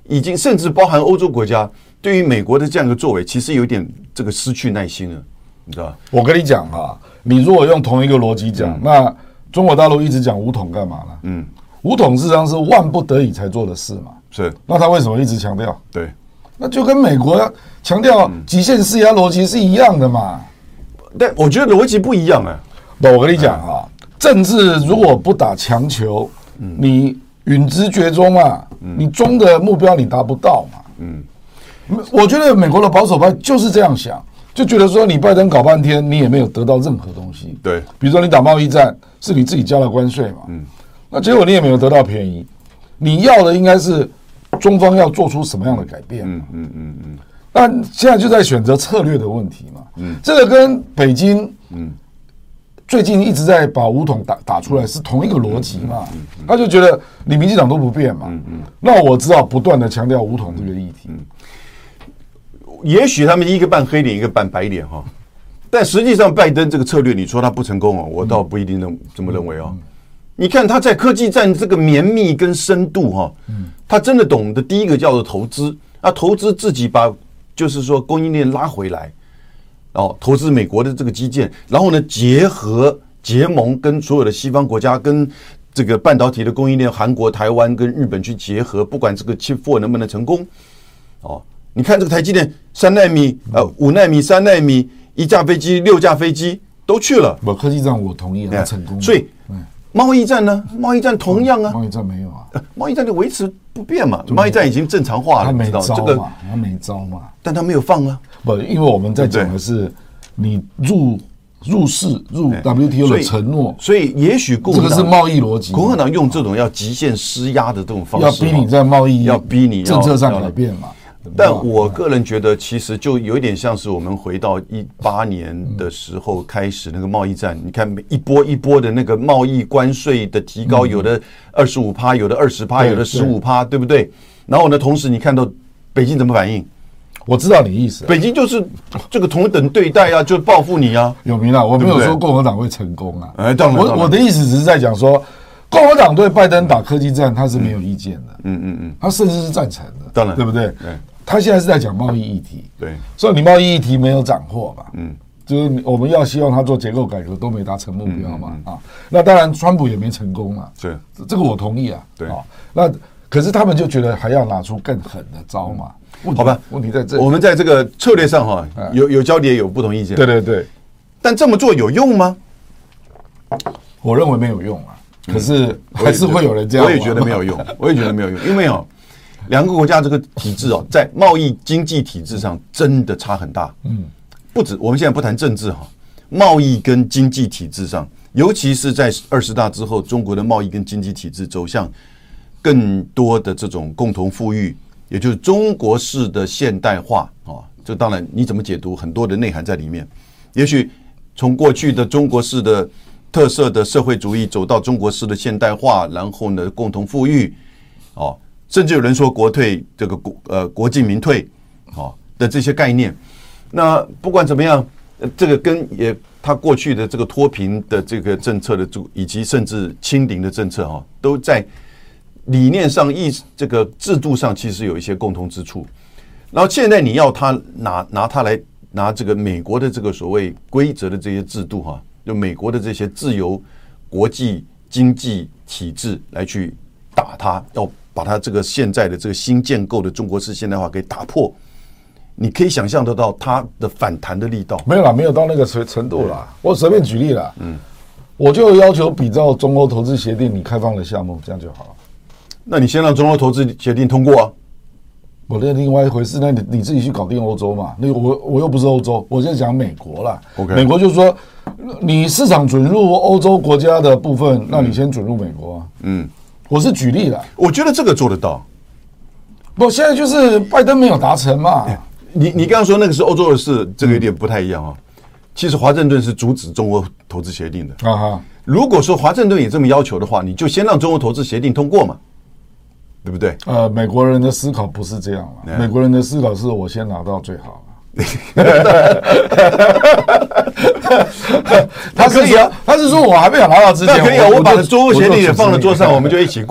已经甚至包含欧洲国家，对于美国的这样一个作为，其实有点这个失去耐心了，你知道吧？ 我跟你讲啊，你如果用同一个逻辑讲，嗯、那中国大陆一直讲武统干嘛呢？嗯，武统事实上是万不得已才做的事嘛。 是， 那他为什么一直强调？ 对， 那就跟美国强调极限施压逻辑是一样的嘛。 但我觉得逻辑不一样啊。 不，我跟你讲啊，政治如果不打强球，嗯、你允之决终嘛，嗯、你终的目标你达不到嘛。嗯，我觉得美国的保守派就是这样想，就觉得说你拜登搞半天，你也没有得到任何东西。 对， 比如说你打贸易战，是你自己交了关税嘛，嗯，那结果你也没有得到便宜，你要的应该是中方要做出什么样的改变嘛？嗯嗯嗯嗯。那现在就在选择策略的问题嘛。嗯，这个跟北京嗯最近一直在把武统打打出来是同一个逻辑嘛。嗯嗯、他就觉得你民进党都不变嘛，嗯嗯、那我只好不断的强调武统这个议题。嗯嗯、也许他们一个扮黑脸，一个扮白脸哈，但实际上拜登这个策略，你说他不成功哦，我倒不一定能这么认为哦。嗯、你看他在科技战这个绵密跟深度哈，嗯、他真的懂得第一个叫做投资，啊，投资自己把。就是说供应链拉回来，哦，投资美国的这个基建，然后呢，结合结盟跟所有的西方国家，跟这个半导体的供应链，韩国、台湾跟日本去结合，不管这个 Chip 四 能不能成功，哦，你看这个台积电三奈米、呃五奈米、三奈米，一架飞机、六架飞机都去了。 不，科技战我同意，它成功。 所以贸易战呢？贸易战同样啊， 贸易战没有啊， 贸易战就维持不变嘛，贸易战已经正常化了， 他没招这个他没招嘛， 但他没有放啊。 不，因为我们在讲的是你入入世入 W T O 的承诺， 所以也许共和党这个是贸易逻辑， 共和党用这种要极限施压的这种方式， 要逼你在贸易要逼你政策上改变嘛。 但我个人觉得，其实就有一点像是我们回到一八年的时候开始那个贸易战。你看一波一波的那个贸易关税的提高，有的二十五趴，有的二十趴，有的十五趴，对不对？然后呢，同时你看到北京怎么反应？ 我知道你意思， 北京就是这个同等对待啊，就报复你啊。 有明了，我没有说共和党会成功啊。 哎，当然， 我我的意思只是在讲说，共和党对拜登打科技战他是没有意见的，嗯嗯嗯，他甚至是赞成的， 当然， 对不对？对。他现在是在讲贸易议题， 对， 所以你贸易议题没有斩获嘛，嗯，就是我们要希望他做结构改革都没达成目标嘛，嗯嗯、啊，那当然川普也没成功嘛， 是这个我同意啊， 对啊，那可是他们就觉得还要拿出更狠的招嘛， 好吧？ 问题在这里， 我们在这个策略上哈，有有交叠有不同意见， 对对对， 但这么做有用吗？ 我认为没有用啊，可是还是会有人这样， 我也觉得没有用，我也觉得没有用，因为哦。两个国家这个体制哦，在贸易经济体制上真的差很大。嗯，不止我们现在不谈政治哈，贸易跟经济体制上，尤其是在二十大之后，中国的贸易跟经济体制走向更多的这种共同富裕，也就是中国式的现代化啊。这当然你怎么解读，很多的内涵在里面。也许从过去的中国式的特色的社会主义走到中国式的现代化，然后呢共同富裕，哦。甚至有人说国退这个国呃国进民退，哦的这些概念。那不管怎么样，这个跟也他过去的这个脱贫的这个政策的主，以及甚至清零的政策哈、哦，都在理念上、意这个制度上其实有一些共同之处。然后现在你要他拿拿他来拿这个美国的这个所谓规则的这些制度哈、啊，就美国的这些自由国际经济体制来去打他，要。把它这个现在的这个新建构的中国式现代化给打破，你可以想象得到它的反弹的力道。 没有啦，没有到那个程度啦。我随便举例啦，嗯，我就要求比照中欧投资协定，你开放的项目，这样就好了。 那你先让中欧投资协定通过啊。 我那另外一回事，那你你自己去搞定欧洲嘛。那我我又不是欧洲，我现在讲美国啦。 OK， 美国就是说，你市场准入欧洲国家的部分，那你先准入美国啊。嗯。我是举例了， 我觉得这个做得到。 不，现在就是拜登没有达成嘛。 你你刚刚说那个是欧洲的事，这个有点不太一样啊。其实华盛顿是阻止中欧投资协定的啊哈。如果说华盛顿也这么要求的话，你就先让中欧投资协定通过嘛，对不对？ 呃，美国人的思考不是这样嘛，美国人的思考是我先拿到最好。他是说，他是说我还没有拿到之前， 可以啊，我把中欧协定也放在桌上，我们就一起过嘛。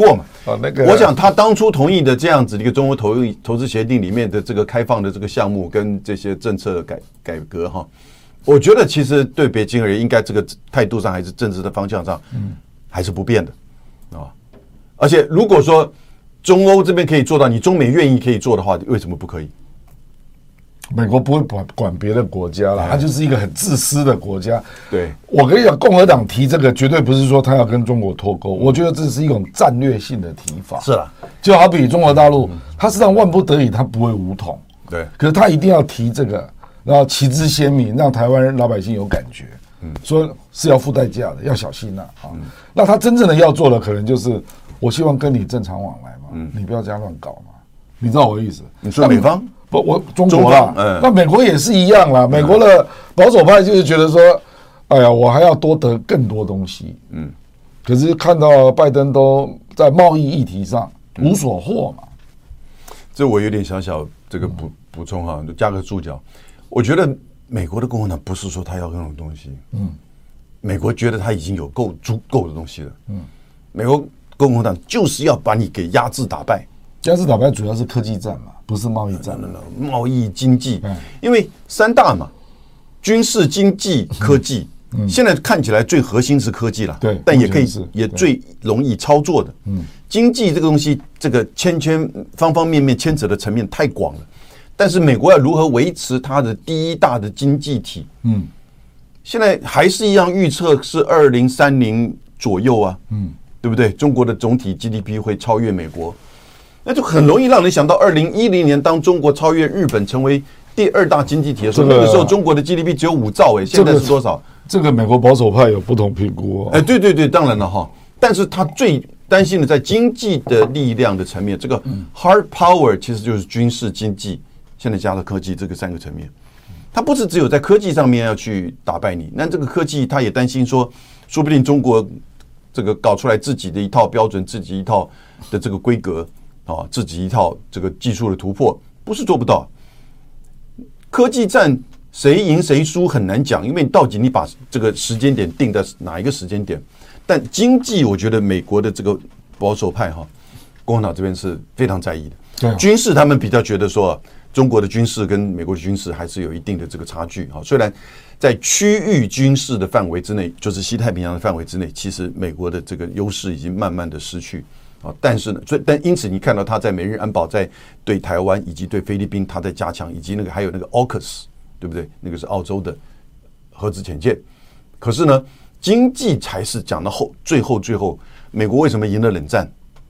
哦，那个， 我想他当初同意的这样子的一个中欧投投资协定里面的这个开放的这个项目跟这些政策改改革哈，我觉得其实对北京而言，应该这个态度上还是政治的方向上，嗯，还是不变的啊。而且如果说中欧这边可以做到，你中美愿意可以做的话，为什么不可以？ 美国不会管管别的国家啦，它就是一个很自私的国家。 对， 我跟你讲，共和党提这个绝对不是说他要跟中国脱钩，我觉得这是一种战略性的提法。 是啦， 就好比中国大陆，他实际上万不得已他不会武统， 对， 可是他一定要提这个，然后旗帜鲜明，让台湾老百姓有感觉，嗯，说是要付代价的，要小心呐啊。那他真正的要做的，可能就是我希望跟你正常往来嘛，嗯，你不要这样乱搞嘛，你知道我的意思？ 你说美方？ 不，我中国啦，嗯，那美国也是一样啦。美国的保守派就是觉得说，哎呀，我还要多得更多东西，嗯。可是看到拜登都在贸易议题上无所获嘛， 这我有点小小这个补补充哈，加个注脚。我觉得美国的共和党不是说他要那种东西，嗯，美国觉得他已经有够足够的东西了，嗯，美国共和党就是要把你给压制打败。 压制打败主要是科技战嘛，不是贸易战。 贸易经济，因为三大嘛，军事、经济、科技。嗯、现在看起来最核心是科技了， 对， 但也可以也最容易操作的。嗯，经济这个东西，这个千千方方面面牵扯的层面太广了。但是美国要如何维持它的第一大的经济体？嗯，现在还是一样预测是二零三零左右啊，嗯，对不对？中国的总体 G D P 会超越美国。那就很容易让人想到，二零一零年当中国超越日本成为第二大经济体的时候，那个时候中国的 G D P 只有五兆哎，现在是多少？ 这个美国保守派有不同评估哦。 哎，对对对，当然了哈。但是他最担心的在经济的力量的层面，这个 hard power 其实就是军事、经济，现在加了科技这个三个层面。他不是只有在科技上面要去打败你，那这个科技他也担心说，说不定中国这个搞出来自己的一套标准，自己一套的这个规格。啊，自己一套这个技术的突破不是做不到，科技战谁赢谁输很难讲，因为到底你把这个时间点定在哪一个时间点？但经济，我觉得美国的这个保守派哈，共和党这边是非常在意的。 对， 军事他们比较觉得说，中国的军事跟美国的军事还是有一定的这个差距哈。虽然在区域军事的范围之内，就是西太平洋的范围之内，其实美国的这个优势已经慢慢的失去。但是呢，所以但因此你看到他在美日安保在对台湾以及对菲律宾他在加强，以及那个还有那个 AUKUS 对不对？那个是澳洲的核子潜舰。可是呢，经济才是讲到后最后最后，美国为什么赢了冷战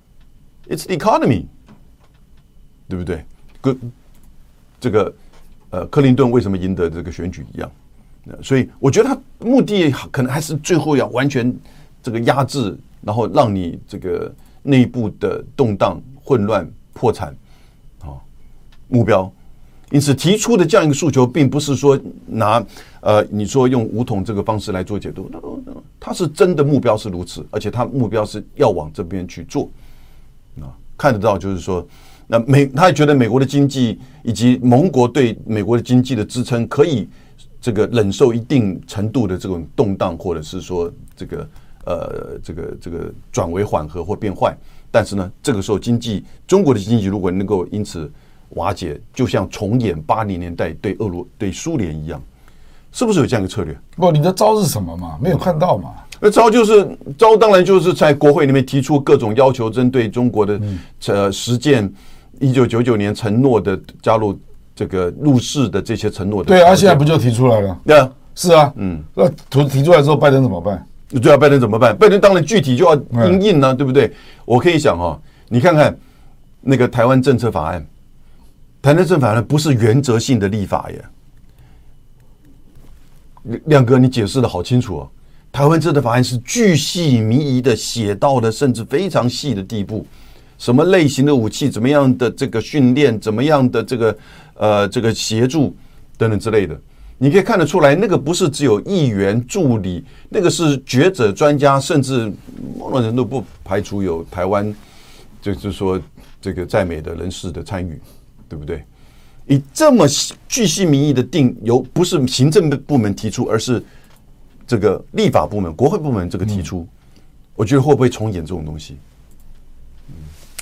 ？It's the economy， 对不对？跟这个呃克林顿为什么赢得这个选举一样？所以我觉得他目的可能还是最后要完全这个压制，然后让你这个。内部的动荡、混乱、破产，啊，目标，因此提出的这样一个诉求，并不是说拿呃，你说用武统这个方式来做解读，他是真的目标是如此，而且他目标是要往这边去做，啊，看得到就是说，那美他也觉得美国的经济以及盟国对美国的经济的支撑，可以这个忍受一定程度的这种动荡，或者是说这个。呃，这个这个转为缓和或变坏，但是呢，这个时候经济，中国的经济如果能够因此瓦解，就像重演八零年代对俄罗对苏联一样，是不是有这样一个策略？ 不，你的招是什么嘛？没有看到嘛？ 那招就是招，当然就是在国会里面提出各种要求，针对中国的呃实践一九九九年承诺的加入这个入世的这些承诺的。 对啊，现在不就提出来了？ 对啊， 是啊，嗯，那提提出来之后，拜登怎么办？ 对啊，拜登怎么办？拜登当然具体就要因应呢、啊，对不对？我可以想哈、哦，你看看那个台湾政策法案，台湾政策法案不是原则性的立法耶。亮哥，你解释的好清楚哦。台湾政策法案是巨细靡遗的写到的，甚至非常细的地步，什么类型的武器，怎么样的这个训练，怎么样的这个呃这个协助等等之类的。你可以看得出来，那个不是只有议员助理，那个是学者专家，甚至某种程度不排除有台湾，就是说这个在美的人士的参与，对不对？以这么巨细靡遗的定，由不是行政部门提出，而是这个立法部门、国会部门这个提出，嗯、我觉得会不会重演这种东西？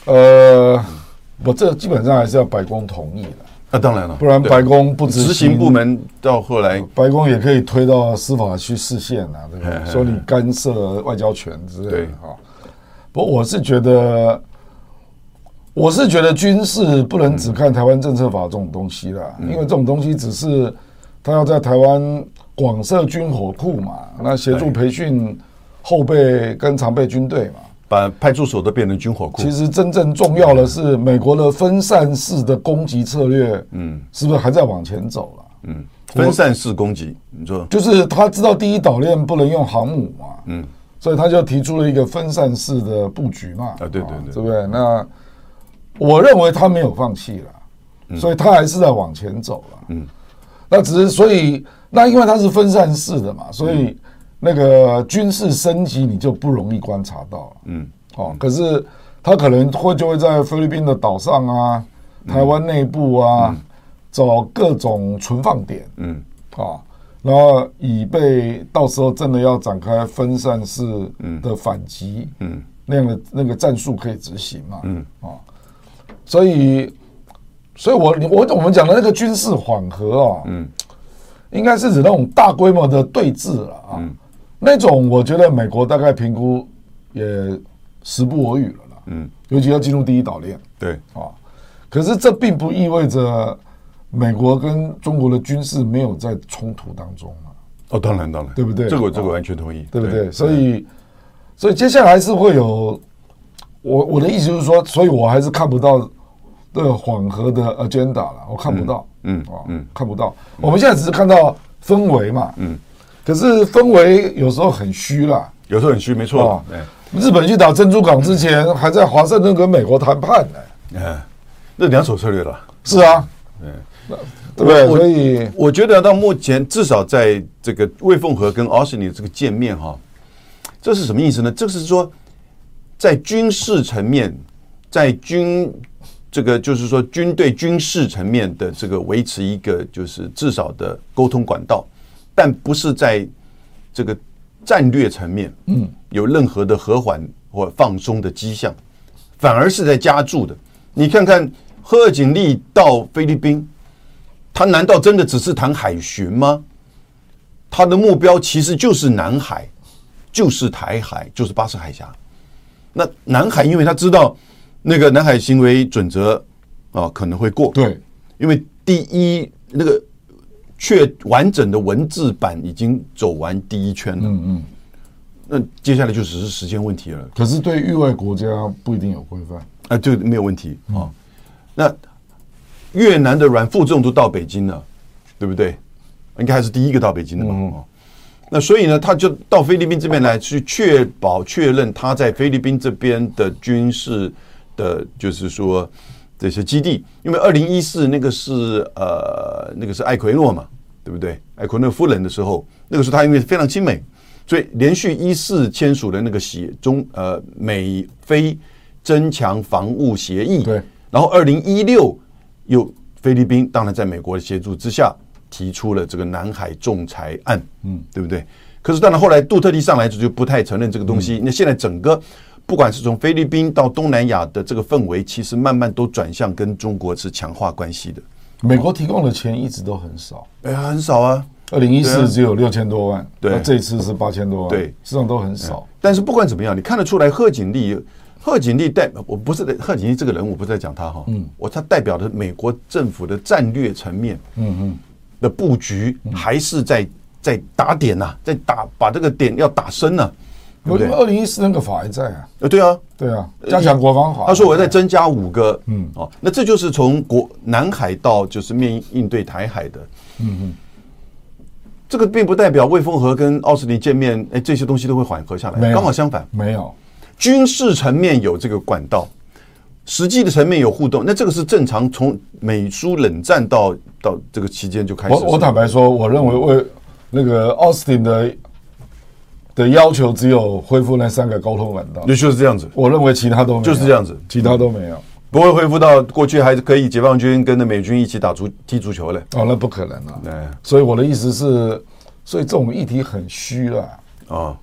呃，我这基本上还是要白宫同意的。 那、啊、当然了， 不然白宫不执行， 执行部门到后来， 白宫也可以推到司法去释宪啊，对不对？说你干涉外交权之类的哈。不过我是觉得，我是觉得军事不能只看台湾政策法这种东西啦，嗯、因为这种东西只是他要在台湾广设军火库嘛，那协助培训后备跟常备军队嘛。 把派出所都变成军火库。 其实真正重要的是美国的分散式的攻击策略，嗯，是不是还在往前走了？ 嗯，分散式攻击，你说就是他知道第一岛链不能用航母嘛，嗯，所以他就提出了一个分散式的布局嘛， 啊，对对对， 对不对？那我认为他没有放弃了，嗯、所以他还是在往前走了，嗯，那只是所以那因为它是分散式的嘛，所以。嗯那个军事升级你就不容易观察到了，嗯，哦，可是他可能会就会在菲律宾的岛上啊，台湾内部啊，嗯、找各种存放点，嗯，啊，然后以备到时候真的要展开分散式的反击，嗯，那样的那个战术可以执行嘛，嗯，啊，所以，所以我我我们讲的那个军事缓和啊，嗯，应该是指那种大规模的对峙了啊。嗯那种我觉得美国大概评估也时不我与了啦，嗯，尤其要进入第一岛链， 对啊，可是这并不意味着美国跟中国的军事没有在冲突当中啊。 哦，当然当然， 对不对？ 这个这个完全同意， 对不对？所以所以接下来还是会有，我我的意思就是说，所以我还是看不到这个缓和的 agenda 了，我看不到，嗯啊，嗯，看不到。我们现在只是看到氛围嘛，嗯。可是氛围有时候很虚啦， 有时候很虚，没错。哦、 日本去打珍珠港之前，还在华盛顿跟美国谈判呢。 嗯，那两手策略了。 是啊， 对， 对不对？所以我觉得到目前，至少在这个魏凤和跟奥斯汀这个见面哈，这是什么意思呢？这是说，在军事层面，在军这个就是说军队军事层面的这个维持一个就是至少的沟通管道。但不是在这个战略层面，嗯，有任何的和缓或放松的迹象，反而是在加注的。你看看贺锦丽到菲律宾，他难道真的只是谈海巡吗？他的目标其实就是南海，就是台海，就是巴士海峡。那南海，因为他知道那个南海行为准则啊可能会过， 对， 因为第一那个。却完整的文字版已经走完第一圈了，嗯嗯，那接下来就只是时间问题了。 可是对域外国家不一定有规范啊，这个没有问题啊、哦。那越南的阮富仲都到北京了，对不对？应该还是第一个到北京的嘛。嗯哦、那所以呢，他就到菲律宾这边来去确保确认他在菲律宾这边的军事的，就是说。这些基地，因为二零一四那个是呃那个是艾奎诺嘛，对不对？艾奎诺夫人的时候，那个时候他因为非常亲美，所以连续一四签署了那个协中呃美菲增强防务协议， 对。 然后二零一六又菲律宾当然在美国的协助之下提出了这个南海仲裁案，嗯，对不对？可是当然后来杜特地上来就不太承认这个东西，那现在整个。不管是从菲律宾到东南亚的这个氛围，其实慢慢都转向跟中国是强化关系的。 美国提供的钱一直都很少， 哎呀，很少啊。 二零一四只有六千多万， 对， 这一次是八千多万， 对， 实际上都很少。 但是不管怎么样，你看得出来贺锦丽，贺锦丽代我不是贺锦丽这个人，我不是在讲他哈，嗯，我他代表的美国政府的战略层面，嗯嗯的布局，还是在在打点呐、啊，在打把这个点要打深呢、啊。 因为二零一四那个法还在啊， 呃，对啊， 对啊，加强国防法。 他说我再增加五个，嗯，哦，那这就是从国南海到就是面应对台海的，嗯嗯，这个并不代表魏凤和跟奥斯汀见面，哎，这些东西都会缓和下来，刚好相反， 没有， 军事层面有这个管道，实际的层面有互动，那这个是正常，从美苏冷战到到这个期间就开始。 我我坦白说，我认为为那个奥斯汀的。的要求只有恢复那三个沟通管道， 就就是这样子。 我认为其他都没有， 就是这样子， 其他都没有， 不会恢复到过去还是可以解放军跟着美军一起打足踢足球了。 哦，那不可能啊！所以我的意思是，所以这种议题很虚了啊。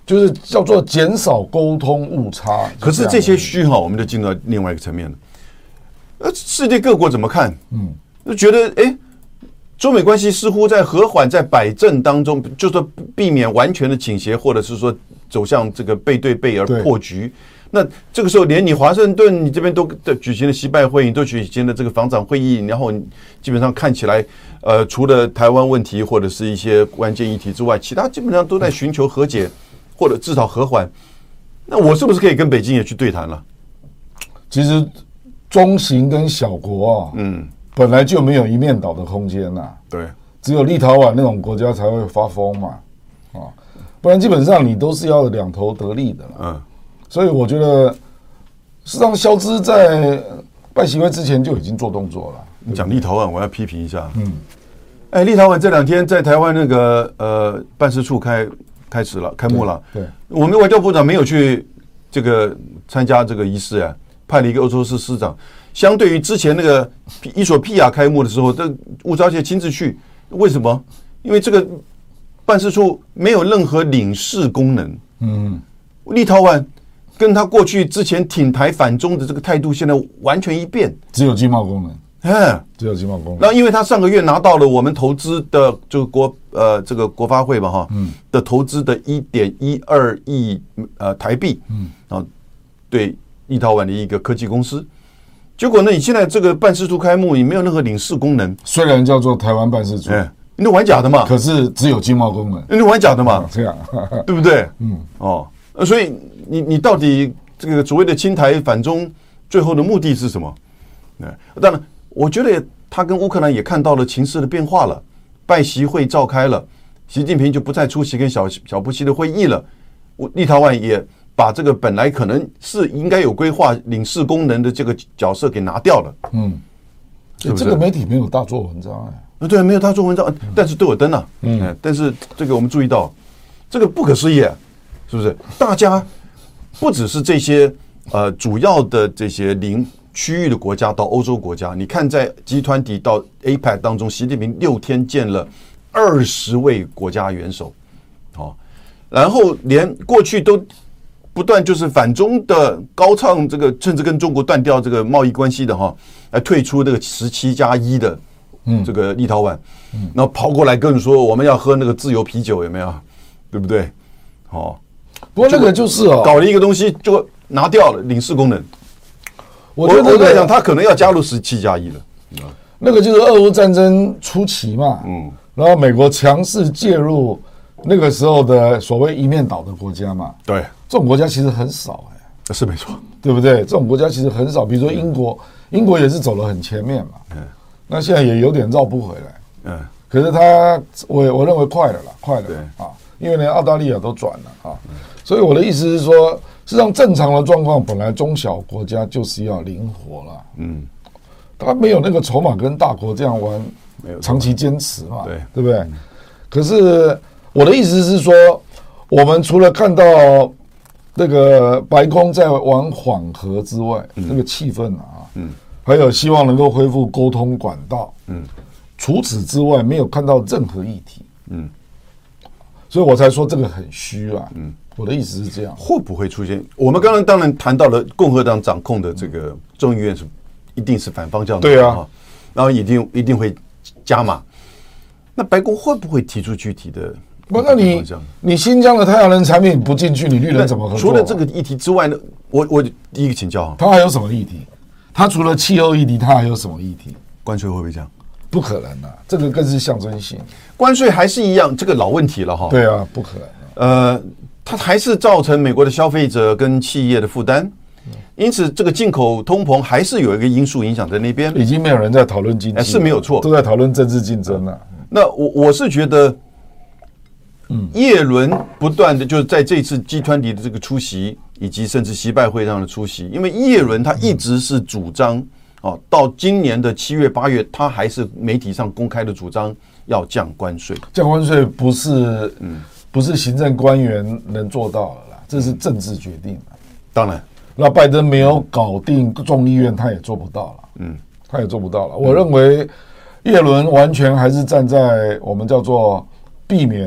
就是叫做减少沟通误差。 可是这些虚哈，我们就进到另外一个层面了。呃，世界各国怎么看？嗯，就觉得哎，中美关系似乎在和缓、在摆正当中，就是避免完全的倾斜，或者是说走向这个背对背而破局。那这个时候，连你华盛顿你这边都举行了习拜会，你都举行了这个防长会议，然后基本上看起来，呃，除了台湾问题或者是一些关键议题之外，其他基本上都在寻求和解，或者至少和缓。那我是不是可以跟北京也去对谈了？ 其实中型跟小国啊，嗯，本来就没有一面倒的空间呐、啊。 对， 只有立陶宛那种国家才会发疯嘛，啊，不然基本上你都是要两头得利的了。嗯。所以我觉得，事实上，肖兹在拜习会之前就已经做动作了。 你讲立陶宛，我要批评一下。嗯，哎，立陶宛这两天在台湾那个呃办事处开开始了，开幕了。 对，对我们外交部长没有去这个参加这个仪式啊，派了一个欧洲司司长。相对于之前那个伊索比亚开幕的时候，这吴钊燮亲自去，为什么？因为这个办事处没有任何领事功能。嗯，立陶宛。跟他过去之前挺台反中的这个态度，现在完全一变， 只有经贸功能， 嗯， 只有经贸功能。 那因为他上个月拿到了我们投资的这个国呃这个国发会吧哈，嗯，的投资的一点一二亿呃台币，嗯，啊，对立陶宛的一个科技公司，结果呢，你现在这个办事处开幕，你没有任何领事功能， 虽然叫做台湾办事处， 哎，你都玩假的嘛， 可是只有经贸功能， 你都玩假的嘛， 这样， 对不对？嗯，哦。所以你你到底这个所谓的亲台反中最后的目的是什么？当然，我觉得他跟乌克兰也看到了情势的变化了，拜习会召开了，习近平就不再出席跟小小布希的会议了，立陶宛也把这个本来可能是应该有规划领事功能的这个角色给拿掉了。嗯， 是是这个媒体没有大做文章哎、 欸，对，没有大做文章，但是都有登啊。嗯，但是这个我们注意到，这个不可思议、啊。是不是？大家不只是这些呃主要的这些邻区域的国家到欧洲国家，你看在集团体到 A P E C 当中，习近平六天见了二十位国家元首，好、哦，然后连过去都不断就是反中的高唱这个，甚至跟中国断掉这个贸易关系的哈，来退出这个十七加一的这个立陶宛，嗯，然后跑过来跟你说我们要喝那个自由啤酒，有没有？对不对？哦。 不过那个就是哦， 搞了一个东西就拿掉了领事功能。 我觉得我在想，他可能要加入十七加一了。 那个就是俄乌战争初期嘛，嗯，然后美国强势介入那个时候的所谓一面倒的国家嘛， 对， 这种国家其实很少哎、 欸，是没错， 对不对？这种国家其实很少，比如说英国，英国也是走了很前面嘛，嗯，那现在也有点绕不回来，嗯，可是他我我认为快了啦，快了啊。因为连澳大利亚都转了啊，所以我的意思是说，实际上正常的状况，本来中小国家就是要灵活了，嗯，他没有那个筹码跟大国这样玩，长期坚持嘛， 对对不对？可是我的意思是说，我们除了看到那个白宫在玩缓和之外，那个气氛啊，嗯，还有希望能够恢复沟通管道，嗯，除此之外，没有看到任何议题，嗯。所以我才说这个很虚啊，嗯，我的意思是这样。 会不会出现？我们刚刚当然谈到了共和党掌控的这个众议院是一定是反方向的， 对啊， 然后一定一定会加码。那白宫会不会提出具体的？ 不，那你你新疆的太阳能产品不进去，你绿人怎么合作？ 除了这个议题之外呢？我我第一个请教， 他还有什么议题？他除了气候议题，他还有什么议题？ 关税会不会这样？ 不可能啊，这个更是象征性。 关税还是一样，这个老问题了哈。 对啊，不可能、啊。 呃，它还是造成美国的消费者跟企业的负担，因此这个进口通膨还是有一个因素影响在那边。 已经没有人在讨论经济、欸， 是没有错， 都在讨论政治竞争了、啊。 那我我是觉得，嗯，叶伦不断的就是在这次集团体的这个出席，以及甚至习拜会上的出席，因为叶伦他一直是主张。哦，到今年的七月八月，他还是媒体上公开的主张要降关税。 降关税不是，嗯，不是行政官员能做到的啦，这是政治决定的。 当然， 那拜登没有搞定众议院，他也做不到了。嗯，他也做不到了。我认为叶伦完全还是站在我们叫做避免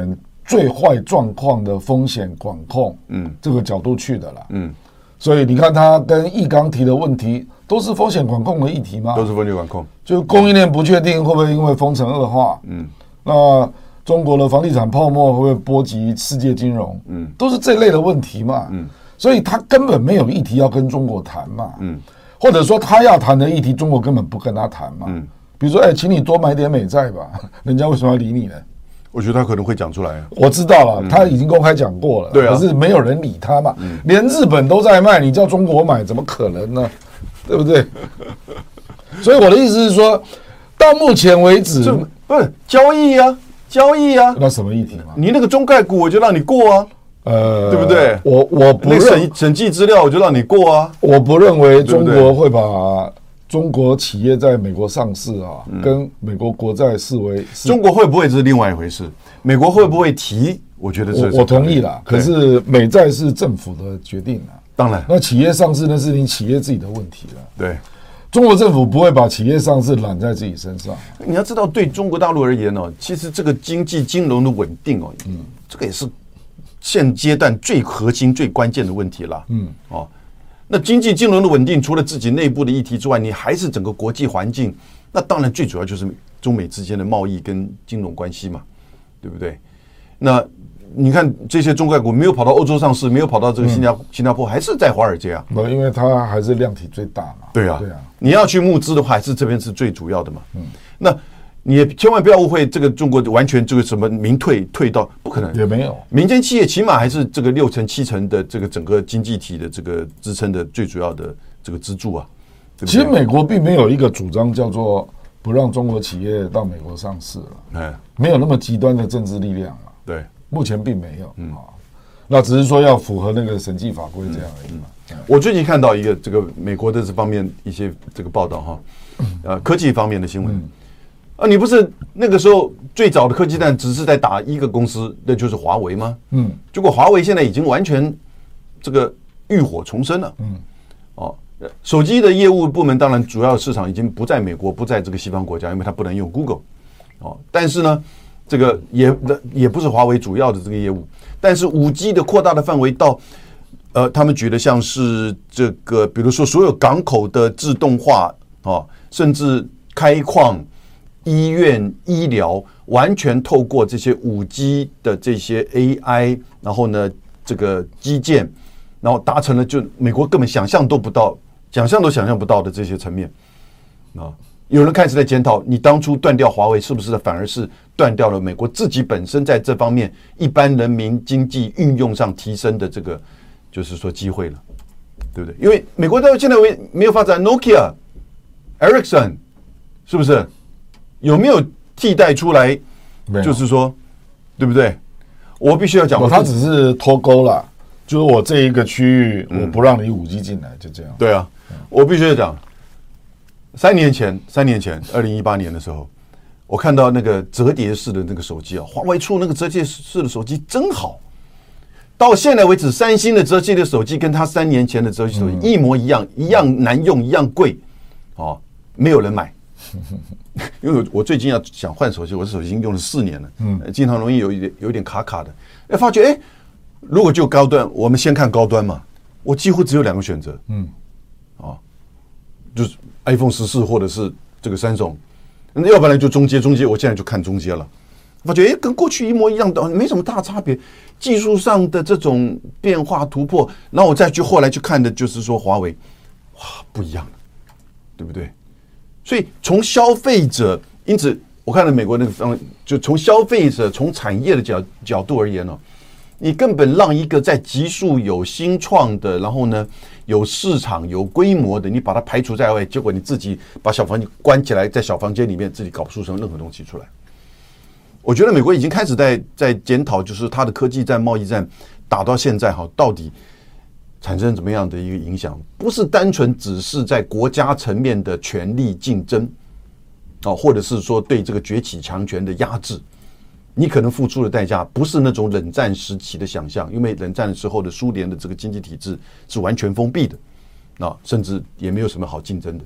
最坏状况的风险管控，嗯，这个角度去的啦， 嗯， 所以你看他跟易纲提的问题都是风险管控的议题吗？ 都是风险管控， 就供应链不确定会不会因为封城恶化，嗯，那中国的房地产泡沫会不会波及世界金融，嗯，都是这类的问题嘛，嗯，所以他根本没有议题要跟中国谈嘛，嗯，或者说他要谈的议题，中国根本不跟他谈嘛，嗯，比如说，哎，请你多买点美债吧，人家为什么要理你呢？ 我觉得他可能会讲出来。 我知道了，嗯、他已经公开讲过了， 对啊， 可是没有人理他嘛，嗯、连日本都在卖，你叫中国买，怎么可能呢？对不对？所以我的意思是说，到目前为止， 不是交易啊，交易啊， 那什么议题嘛？ 你那个中概股我就让你过啊，呃，对不对？ 我我不认审审计资料我就让你过啊， 我不认为中国会把中国企业在美国上市啊，嗯、跟美国国债视为中国会不会是另外一回事？美国会不会提？我觉得是我我同意啦。可是美债是政府的决定啊， 当然， 那企业上市那是你企业自己的问题了。 对， 中国政府不会把企业上市揽在自己身上。 你要知道，对中国大陆而言哦，其实这个经济金融的稳定哦，嗯，这个也是现阶段最核心、最关键的问题啦。嗯，哦。那经济金融的稳定，除了自己内部的议题之外，你还是整个国际环境。那当然最主要就是中美之间的贸易跟金融关系嘛，对不对？那你看这些中概股没有跑到欧洲上市，没有跑到这个新加、嗯、新加坡，还是在华尔街啊？ 不，因为它还是量体最大嘛。 对啊，对啊。你要去募资的话，还是这边是最主要的嘛。嗯。那你也千万不要误会，这个中国完全这个什么民退退到不可能， 也没有。 民间企业起码还是这个六成七成的这个整个经济体的这个支撑的最主要的这个支柱啊。对对， 其实美国并没有一个主张叫做不让中国企业到美国上市了，哎，没有那么极端的政治力量啊。 对， 目前并没有。嗯，那只是说要符合那个审计法规这样而已嘛。 嗯嗯、我最近看到一个这个美国的这方面一些这个报道哈，呃，科技方面的新闻。嗯啊，你不是那个时候最早的科技战只是在打一个公司，那就是华为吗？嗯，结果华为现在已经完全这个浴火重生了。嗯，哦，手机的业务部门当然主要市场已经不在美国，不在这个西方国家，因为它不能用 Google。哦，但是呢，这个也也不是华为主要的这个业务。但是 五 G 的扩大的范围到，呃，他们举的像是这个，比如说所有港口的自动化啊，甚至开矿。医院、医疗完全透过这些 五 G 的这些 A I， 然后呢，这个基建，然后达成了就美国根本想象都不到、想象都想象不到的这些层面啊。有人开始在检讨，你当初断掉华为，是不是反而是断掉了美国自己本身在这方面一般人民经济运用上提升的这个，就是说机会了，对不对？因为美国到现在为没有发展 Nokia、Ericsson， 是不是？有没有替代出来？就是说，对不对？我必须要讲， 他只是脱钩了，就是我这一个区域我不让你 五 G 进来，就这样。 对啊，我必须要讲，三年前，三年前，二零一八年的时候，我看到那个折叠式的那个手机啊，华为出那个折叠式的手机真好。到现在为止，三星的折叠的手机跟他三年前的折叠手机一模一样，一样难用，一样贵，哦，没有人买。因为我最近要想换手机，我的手机已经用了四年了，嗯，经常容易有一点有一点卡卡的。哎，发觉哎，如果就高端，我们先看高端嘛，我几乎只有两个选择，嗯，啊，就是 iPhone 十四或者是这个三星，要不然就中阶，中阶我现在就看中阶了。发觉哎，跟过去一模一样的，没什么大差别，技术上的这种变化突破，然后我再去后来去看的就是说华为，哇，不一样了，对不对？所以从消费者，因此我看了美国那个方，就从消费者、从产业的角角度而言呢、哦，你根本让一个在急速有新创的，然后呢有市场、有规模的，你把它排除在外，结果你自己把小房间关起来，在小房间里面自己搞不出什么任何东西出来。我觉得美国已经开始在在检讨，就是它的科技战、贸易战打到现在哈，到底产生怎么样的一个影响？不是单纯只是在国家层面的权力竞争，啊，或者是说对这个崛起强权的压制，你可能付出的代价不是那种冷战时期的想象，因为冷战时候的苏联的这个经济体制是完全封闭的，啊，甚至也没有什么好竞争的。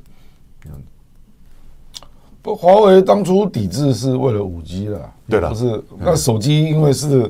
不，华为当初抵制是为了 五 G 的， 对了， 不是？那手机因为是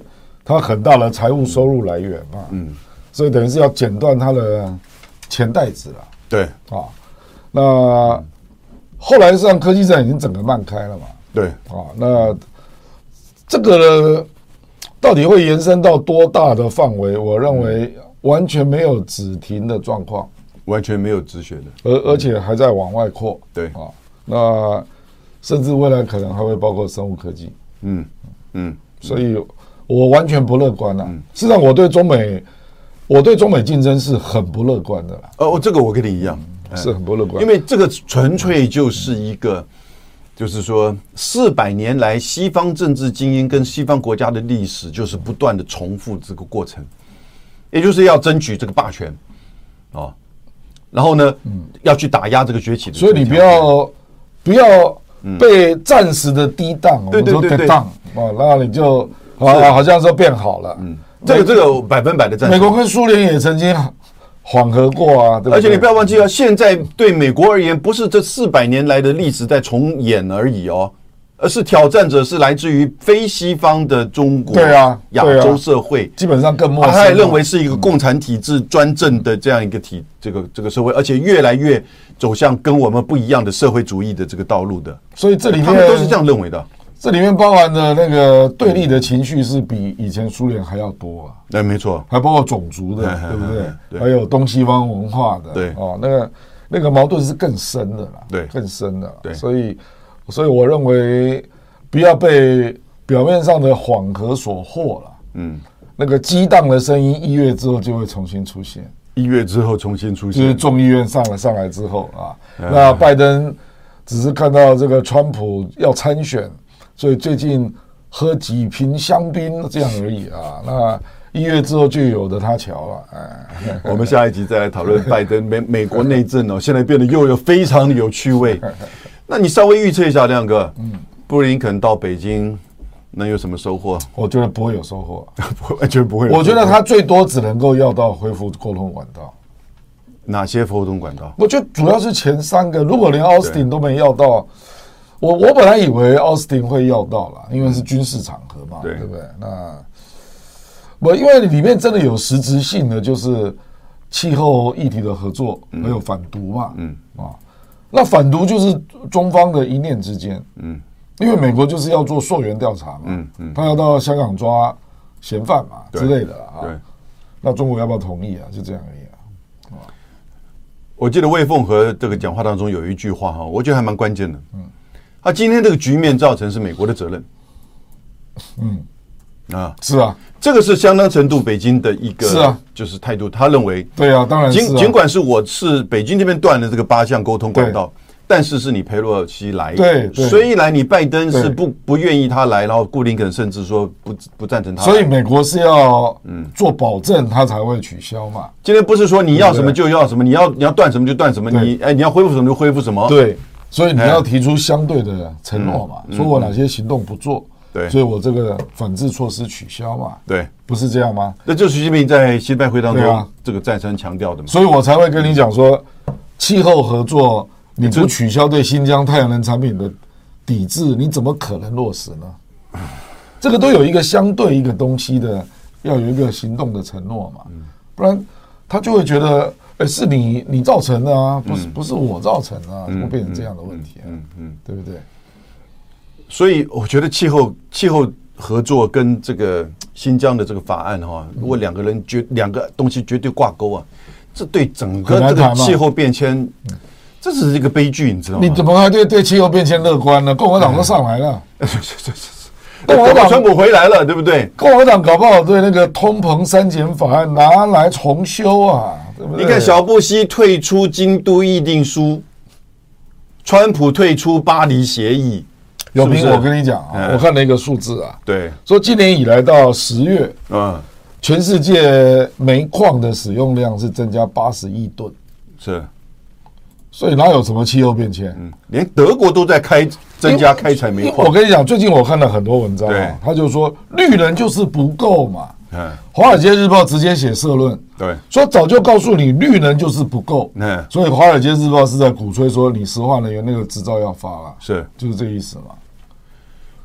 它很大的财务收入来源嘛，嗯，所以等于是要剪断它的钱袋子了。 对啊，那后来上科技战已经整个慢开了嘛， 对啊，那这个到底会延伸到多大的范围？我认为完全没有止停的状况， 完全没有止血的， 而而且还在往外扩。 对啊，那甚至未来可能还会包括生物科技。 嗯嗯， 所以我完全不乐观啊。事实上，我对中美，我对中美竞争是很不乐观的啦。 哦，这个我跟你一样， 是很不乐观， 因为这个纯粹就是一个。就是说，四百年来，西方政治精英跟西方国家的历史，就是不断的重复这个过程，也就是要争取这个霸权，哦，然后呢，嗯、要去打压这个崛起的。 所以你不要不要被暂时的低档， 对对对对， 档哦，那你就啊，好像说变好了。嗯， 这个这个百分百的赞成。 美国跟苏联也曾经缓和过啊，对不对？ 而且你不要忘记啊，现在对美国而言，不是这四百年来的历史在重演而已哦，而是挑战者是来自于非西方的中国、 对啊、 亚洲社会， 基本上更陌生。 他也认为是一个共产体制专政的这样一个体，这个这个社会，而且越来越走向跟我们不一样的社会主义的这个道路的。 所以这里面他们都是这样认为的。 这里面包含的那个对立的情绪是比以前苏联还要多啊， 哎，没错， 还包括种族的，对不对？对，还有东西方文化的， 对哦，那个那个矛盾是更深的啦， 对， 更深的， 对， 所以所以我认为不要被表面上的缓和所惑了，嗯，那个激荡的声音一月之后就会重新出现， 一月之后重新出现， 就是众议院上了上来之后啊，那拜登只是看到这个川普要参选。所以最近喝几瓶香槟这样而已啊，那一月之后就有的他瞧了。哎， 我们下一集再来讨论拜登美美国内政哦，现在变得又有非常的有趣味。那你稍微预测一下，亮哥，嗯，布林肯到北京能有什么收获？ 我觉得不会有收获， 完全不会有。 我觉得他最多只能够要到恢复沟通管道。 哪些沟通管道？ 我觉得主要是前三个，如果连奥斯汀都没要到。我我本来以为奥斯汀会要到了，因为是军事场合嘛，对, 对不对？那我因为里面真的有实质性的，就是气候议题的合作，还有反毒嘛，嗯啊，那反毒就是中方的一念之间，嗯，因为美国就是要做溯源调查嘛，嗯嗯，他要到香港抓嫌犯嘛之类的啊，对，那中国要不要同意啊？就这样而已啊。 我记得魏凤和这个讲话当中有一句话哈，我觉得还蛮关键的，嗯。他、啊、今天这个局面造成是美国的责任，嗯，啊， 是啊， 这个是相当程度北京的一个是啊， 就是态度。他认为， 对啊，当然是、啊， 尽尽管是我是北京这边断了这个八项沟通管道，但是是你裴洛西来， 对， 虽然你拜登是不不愿意他来，然后布林肯甚至说不不赞成他来， 所以美国是要嗯做保证，他才会取消嘛。 今天不是说你要什么就要什么，你要你要断什么就断什么，你哎你要恢复什么就恢复什么， 对，所以你要提出相对的承诺嘛，嗯、说我哪些行动不做。对，所以我这个反制措施取消嘛，对，不是这样吗？ 那就是习近平在习拜会当中、啊、这个再三强调的嘛， 所以我才会跟你讲说，气候合作你不取消对新疆太阳能产品的抵制，你怎么可能落实呢？这个都有一个相对一个东西的，要有一个行动的承诺嘛，不然他就会觉得，哎，是你你造成的啊，不是不是我造成的啊，怎么变成这样的问题啊？嗯嗯，对不对？ 所以我觉得气候气候合作跟这个新疆的这个法案哈，如果两个人绝两个东西绝对挂钩啊，这对整个这个气候变迁，这是一个悲剧，你知道吗？ 你怎么还对对气候变迁乐观呢？共和党都上来了， 共和党川普回来了，对不对？ 共和党搞不好对那个通膨删减法案拿来重修啊，对不对？ 你看小布希退出京都议定书，川普退出巴黎协议。 有平，我跟你讲啊，嗯、我看了一个数字啊， 对， 说今年以来到十月，嗯，全世界煤矿的使用量是增加八十亿吨， 是， 所以哪有什么气候变迁？ 嗯，连德国都在开增加开采煤矿。 我跟你讲，最近我看了很多文章啊，他就说绿能就是不够嘛，嗯，华尔街日报直接写社论，对，说早就告诉你绿能就是不够，嗯，所以华尔街日报是在鼓吹说你石化能源那个执照要发了， 是， 就是这意思嘛。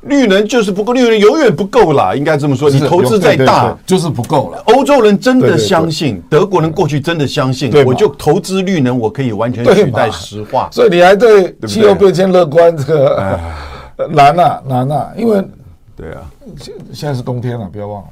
绿能就是不够，绿能永远不够啦，应该这么说。你投资再大， 对对对就是不够了。 欧洲人真的相信，对对对德国人过去真的相信，我就投资绿能，我可以完全取代石化。 所以你还对气候变迁乐观？这个难啊难啊，因为对啊， 现现在是冬天了，不要忘了。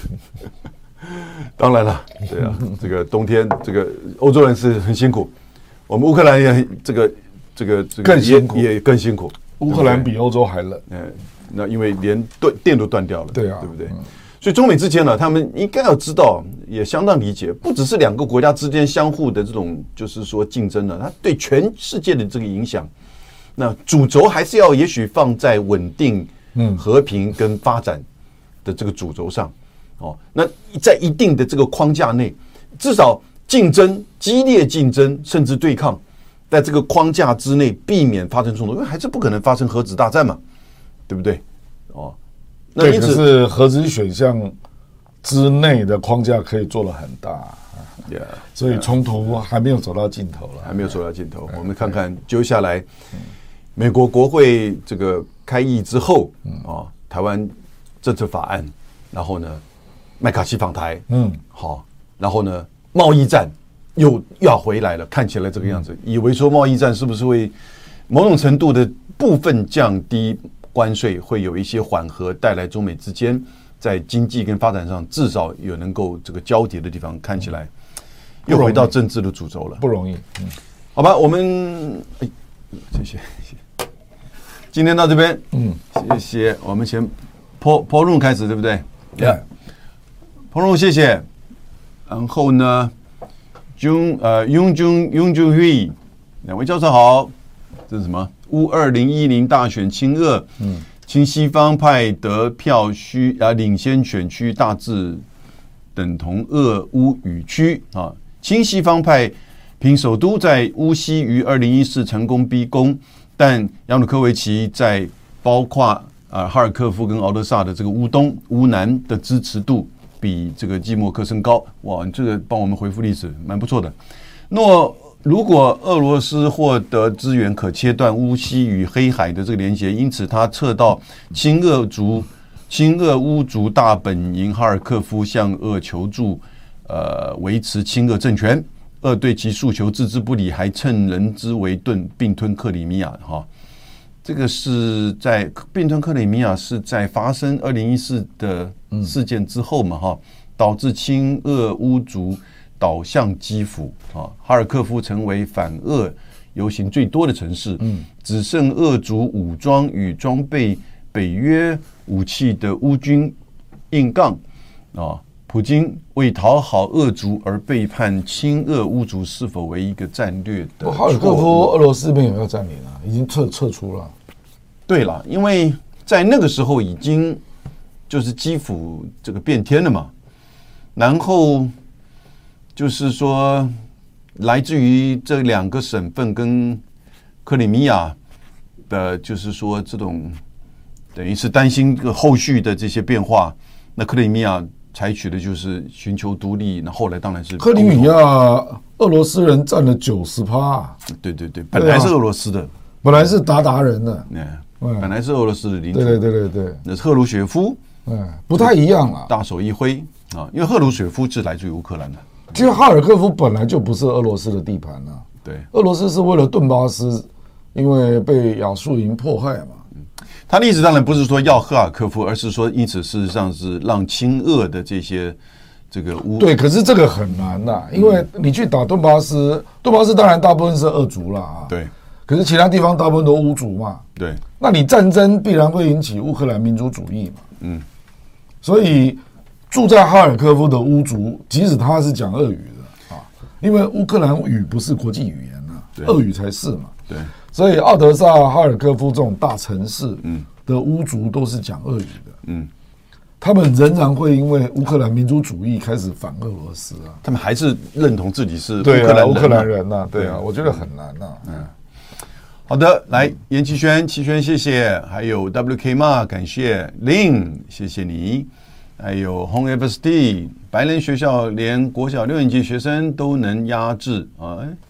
当然了，对啊，这个冬天，这个欧洲人是很辛苦，我们乌克兰也很这个这个这个更辛苦， 也更辛苦。 乌克兰比欧洲还冷， 嗯，那因为连断电都断掉了， 对啊， 对不对？嗯、所以中美之间呢，他们应该要知道，也相当理解，不只是两个国家之间相互的这种，就是说竞争了，它对全世界的这个影响，那主轴还是要也许放在稳定、嗯、和平跟发展的这个主轴上。哦，那在一定的这个框架内，至少竞争、激烈竞争甚至对抗，在这个框架之内避免发生冲突，因为还是不可能发生核子大战嘛，对不对？哦， 那因此是核子选项之内的框架可以做得很大， yeah, 所以冲突还没有走到尽头了， 还没有走到尽头。我们看看接下来美国国会这个开议之后啊，台湾政策法案，然后呢？麦卡锡访台，嗯，好，然后呢，贸易战又又要回来了，看起来这个样子，以为说贸易战是不是会某种程度的部分降低关税，会有一些缓和，带来中美之间在经济跟发展上至少有能够这个交叠的地方，看起来又回到政治的主轴了， 不容易。嗯， 好吧，我们哎，谢谢，谢谢，今天到这边，嗯，谢谢，我们先抛抛入开始，对不对？ 对。Yeah. 彭荣，谢谢。然后呢，雍呃雍中雍中huy两位教授好。这是什么？乌二零一零大选亲俄，嗯，亲西方派得票区啊领先选区大致等同俄乌语区啊。亲西方派凭首都在乌西于二零一四成功逼宫，但亚努科维奇在包括啊哈尔科夫跟敖德萨的这个乌东、乌南的支持度。比这个季莫克升高，哇！这个帮我们回复历史蛮不错的。若如果俄罗斯获得资源，可切断乌西与黑海的这个连接，因此他撤到亲俄族、亲俄乌族大本营哈尔科夫，向俄求助，呃，维持亲俄政权。俄对其诉求置之不理，还趁人之危盾并吞克里米亚。哈，这个是在并吞克里米亚是在发生二零一四的。事件之后嘛，哈，导致亲俄乌族倒向基辅啊，哈尔科夫成为反俄游行最多的城市，嗯，只剩俄族武装与装备北约武器的乌军硬杠啊。普京为讨好俄族而背叛亲俄乌族，是否为一个战略的？ 哈尔科夫俄罗斯没有要占领了，已经撤撤出了。 对了，因为在那个时候已经。就是基辅这个变天了嘛，然后就是说，来自于这两个省份跟克里米亚的，就是说这种等于是担心后续的这些变化。那克里米亚采取的就是寻求独立，那后来当然是克里米亚俄罗斯人占了九十趴， 对对对，本来是俄罗斯的， 本来是鞑靼人的， 嗯，本来是俄罗斯的领土， 对对对对对， 那赫鲁雪夫。 嗯，不太一样啊， 大手一挥啊，因为赫鲁雪夫是来自于乌克兰的。 其实哈尔科夫本来就不是俄罗斯的地盘啊， 对， 俄罗斯是为了顿巴斯，因为被亚速营迫害嘛。 嗯，他的意思当然不是说要哈尔科夫，而是说因此事实上是让亲俄的这些这个乌对，可是这个很难呐、啊，因为你去打顿巴斯，顿巴斯当然大部分是俄族啦啊， 对， 可是其他地方大部分都乌族嘛， 对， 那你战争必然会引起乌克兰民族主义嘛，嗯。所以住在哈尔科夫的乌族，即使他是讲俄语的啊，因为乌克兰语不是国际语言啊，俄语才是嘛。 对， 所以奥德萨、哈尔科夫这种大城市的乌族都是讲俄语的。嗯，他们仍然会因为乌克兰民族主义开始反俄罗斯啊。 他们还是认同自己是乌克兰人、啊、 乌克兰人呐、啊。对啊，我觉得很难呐、啊。嗯。 好的，来严奇轩，奇轩谢谢，还有 W K 嘛，感谢 Lin， 谢谢你，还有 Home F S D， 白人学校连国小六年级学生都能压制啊，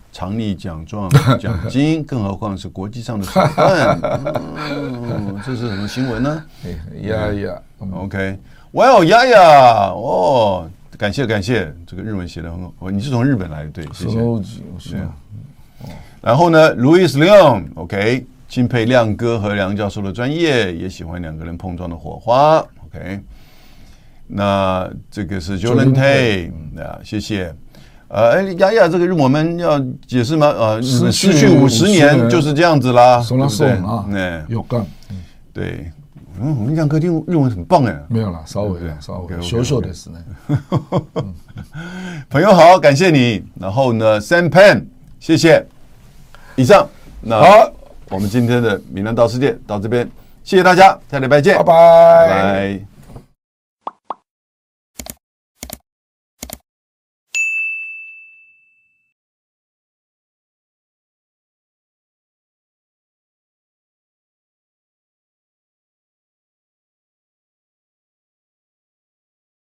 常立奖状奖金，更何况是国际上的手段。嗯，这是什么新闻呢？ 呀呀 ，OK， Well， 呀呀，哦，感谢感谢，这个日文写得很好。你是从日本来的，对，谢谢。对。然后呢 ，Louis Leon，OK， 钦佩亮哥和梁教授的专业，也喜欢两个人碰撞的火花。OK， 那这个是 Jordan Tay， 啊，谢谢。呃，哎，雅雅，这个我们要解释吗？呃，失去五十年就是这样子啦， 送了送啊， 那有干， 对，嗯，我们亮哥听日文很棒哎， 没有啦，稍微稍微，小小的是呢。 朋友好，感谢你。然后呢 ，Sam Pan， 谢谢。以上，那好，我们今天的闽南岛世界到这边，谢谢大家，下礼拜见， 拜拜。 拜拜。